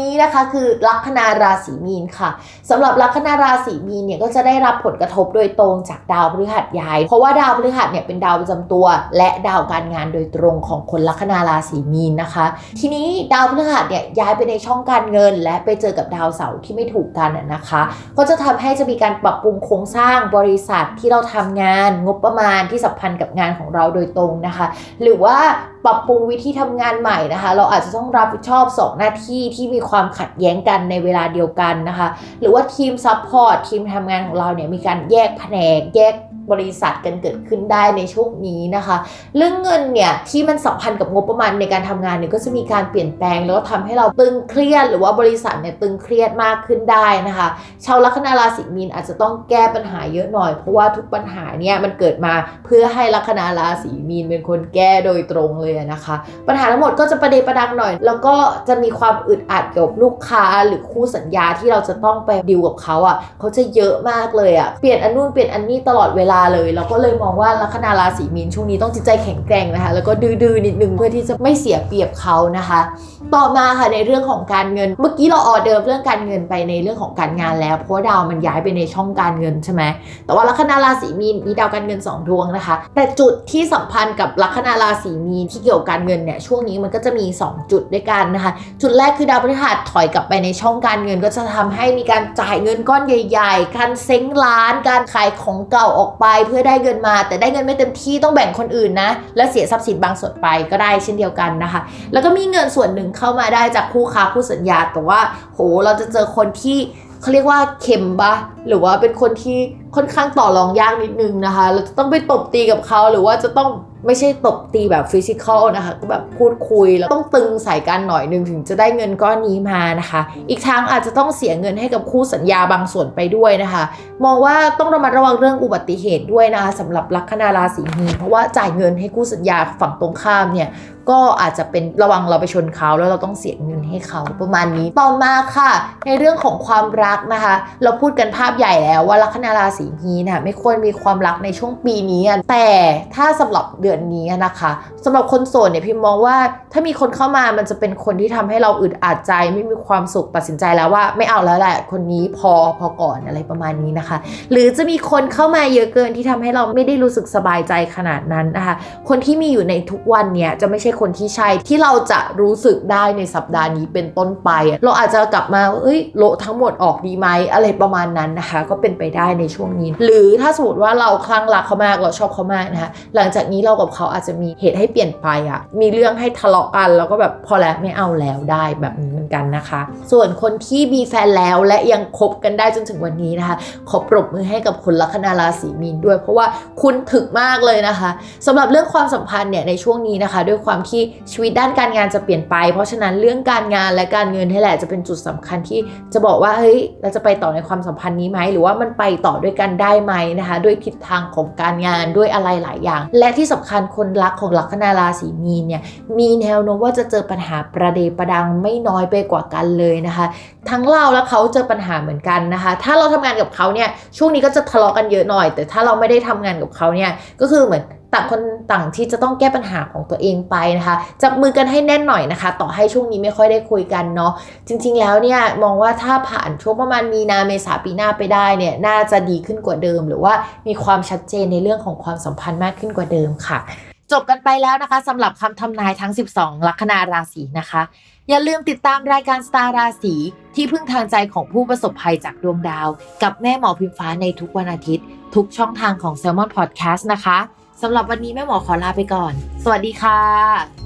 คือลัคนาราศีมีนค่ะสำหรับลัคนาราศีมีนเนี่ยก็จะได้รับผลกระทบโดยตรงจากดาวพฤหัสย้ายเพราะว่าดาวพฤหัสเนี่ยเป็นดาวประจำตัวและดาวการงานโดยตรงของคนลัคนาราศีมีนนะคะทีนี้ดาวพฤหัสเนี่ยย้ายไปในช่องการเงินและไปเจอกับดาวเสาร์ที่ไม่ถูกกันนะคะก็จะทำให้จะมีการปรับปรุงโครงสร้างบริษัทที่เราทำงานงบประมาณที่สัมพันธ์กับงานของเราโดยตรงนะคะหรือว่าปรับปรุงวิธีทำงานใหม่นะคะเราอาจจะต้องรับผิดชอบสองหน้าที่ที่มีความขัดแย้งกันในเวลาเดียวกันนะคะหรือว่าทีมซัพพอร์ตทีมทำงานของเราเนี่ยมีการแยกแผนกแยกบริษัทกันเกิดขึ้นได้ในช่วงนี้นะคะเรื่องเงินเนี่ยที่มันสัมพันธ์กับงบประมาณในการทำงานเนี่ยก็จะมีการเปลี่ยนแปลงแล้วก็ทำให้เราตึงเครียดหรือว่าบริษัทเนี่ยตึงเครียดมากขึ้นได้นะคะชาวลัคนาราศีมีนอาจจะต้องแก้ปัญหาเยอะหน่อยเพราะว่าทุกปัญหาเนี่ยมันเกิดมาเพื่อให้ลัคนาราศีมีนเป็นคนแก้โดยตรงเลยนะคะปัญหาทั้งหมดก็จะประเดประดังหน่อยแล้วก็จะมีความอึดอัดเกี่ยวกับลูกค้าหรือคู่สัญญาที่เราจะต้องไปดีลกับเขาอ่ะเขาจะเยอะมากเลยอ่ะเปลี่ยนอันนู่นเปลี่ยนอันนี้ตลอดเวลาเลยเราก็เลยมองว่าลัคนาราศีมีนช่วงนี้ต้องจิตใจแข็งแกร่งนะคะแล้วก็ดื้อๆนิดนึงเพื่อที่จะไม่เสียเปรียบเขานะคะต่อมาค่ะในเรื่องของการเงินเมื่อกี้เราออเดิร์ฟเรื่องการเงินไปในเรื่องของการงานแล้วเพราะว่าดาวมันย้ายไปในช่องการเงินใช่ไหมแต่ว่าลัคนาราศีมีนมีดาวการเงินสองดวงนะคะแต่จุดที่สัมพันธ์กับลัคนาราศีมีนที่เกี่ยวกับการเงินเนี่ยช่วงนี้มันก็จะมีสองจุดด้วยกันนะคะจุดแรกคือดาวพฤหัสถอยกลับไปในช่องการเงินก็จะทำให้มีการจ่ายเงินก้อนใหญ่ๆการเซ้งร้านการขายของเก่าออกไปเพื่อได้เงินมาแต่ได้เงินไม่เต็มที่ต้องแบ่งคนอื่นนะและเสียทรัพย์สินบางส่วนไปก็ได้เช่นเดียวกันนะคะแล้วก็มีเงินส่วนหนึ่งเข้ามาได้จากคู่ค้าคู่สัญญาแต่ว่าโหเราจะเจอคนที่เขาเรียกว่าเข็มปะหรือว่าเป็นคนที่ค่อนข้างต่อรองยากนิดนึงนะคะเราจะต้องไปตบตีกับเขาหรือว่าจะต้องไม่ใช่ตบตีแบบฟิสิกอลนะคะก็แบบพูดคุยแล้วต้องตึงใส่กันหน่อยนึงถึงจะได้เงินก้อนนี้มานะคะอีกทางอาจจะต้องเสียเงินให้กับคู่สัญญาบางส่วนไปด้วยนะคะมองว่าต้องระมัดระวังเรื่องอุบัติเหตุด้วยนะคะสำหรับลัคนาราศีมีนเพราะว่าจ่ายเงินให้คู่สัญญาฝั่งตรงข้ามเนี่ยก็อาจจะเป็นระวังเราไปชนเขาแล้วเราต้องเสียเงินให้เขาประมาณนี้ต่อมาค่ะในเรื่องของความรักนะคะเราพูดกันภาพใหญ่แล้วว่าลัคนาราศีมีนนะไม่ควรมีความรักในช่วงปีนี้แต่ถ้าสำหรับเดือนนี้นะคะสำหรับคนโสดเนี่ยพิมมองว่าถ้ามีคนเข้ามามันจะเป็นคนที่ทำให้เราอึดอัดใจไม่มีความสุขตัดสินใจแล้วว่าไม่เอาแล้วแหละคนนี้พอพอก่อนอะไรประมาณนี้นะคะหรือจะมีคนเข้ามาเยอะเกินที่ทำให้เราไม่ได้รู้สึกสบายใจขนาดนั้นนะคะคนที่มีอยู่ในทุกวันเนี่ยจะไม่ใช่คนที่ใช่ที่เราจะรู้สึกได้ในสัปดาห์นี้เป็นต้นไปเราอาจจะกลับมาเอ้ยโละทั้งหมดออกดีไหมอะไรประมาณนั้นนะคะก็เป็นไปได้ในช่วงนี้หรือถ้าสมมติว่าเราคลั่งรักเขามากเราชอบเขามากนะคะหลังจากนี้เรากับเขาอาจจะมีเหตุให้เปลี่ยนไปอ่ะมีเรื่องให้ทะเลาะกันแล้วก็แบบพอแล้วไม่เอาแล้วได้แบบนี้เหมือนกันนะคะส่วนคนที่มีแฟนแล้วและยังคบกันได้จนถึงวันนี้นะคะขอปรบมือให้กับคนลัคนาราศีมีนด้วยเพราะว่าคุณถึกมากเลยนะคะสำหรับเรื่องความสัมพันธ์เนี่ยในช่วงนี้นะคะด้วยความที่ชีวิตด้านการงานจะเปลี่ยนไปเพราะฉะนั้นเรื่องการงานและการเงินนี่แหละจะเป็นจุดสำคัญที่จะบอกว่าเฮ้ยเราจะไปต่อในความสัมพันธ์นี้ไหมหรือว่ามันไปต่อด้วยกันได้ไหมนะคะด้วยทิศทางของการงานด้วยอะไรหลายอย่างและที่สำคัญคนรักของลัคนาราศีมีนเนี่ยมีแนวโน้มว่าจะเจอปัญหาประเดประดังไม่น้อยไปกว่ากันเลยนะคะทั้งเราและเขาเจอปัญหาเหมือนกันนะคะถ้าเราทำงานกับเขาเนี่ยช่วงนี้ก็จะทะเลาะกันเยอะหน่อยแต่ถ้าเราไม่ได้ทำงานกับเขาเนี่ยก็คือเหมือนต่างคนต่างที่จะต้องแก้ปัญหาของตัวเองไปนะคะจับมือกันให้แน่นหน่อยนะคะต่อให้ช่วงนี้ไม่ค่อยได้คุยกันเนาะจริงๆแล้วเนี่ยมองว่าถ้าผ่านช่วงประมาณมีนาเมษาปีหน้าไปได้เนี่ยน่าจะดีขึ้นกว่าเดิมหรือว่ามีความชัดเจนในเรื่องของความสัมพันธ์มากขึ้นกว่าเดิมค่ะจบกันไปแล้วนะคะสำหรับคำทำนายทั้งสิบสองลัคนาราศีนะคะอย่าลืมติดตามรายการสตาร์ราศีที่พึ่งทางใจของผู้ประสบภัยจากดวงดาวกับแม่หมอพิมฟ้าในทุกวันอาทิตย์ทุกช่องทางของ Salmon Podcast นะคะสำหรับวันนี้แม่หมอขอลาไปก่อนสวัสดีค่ะ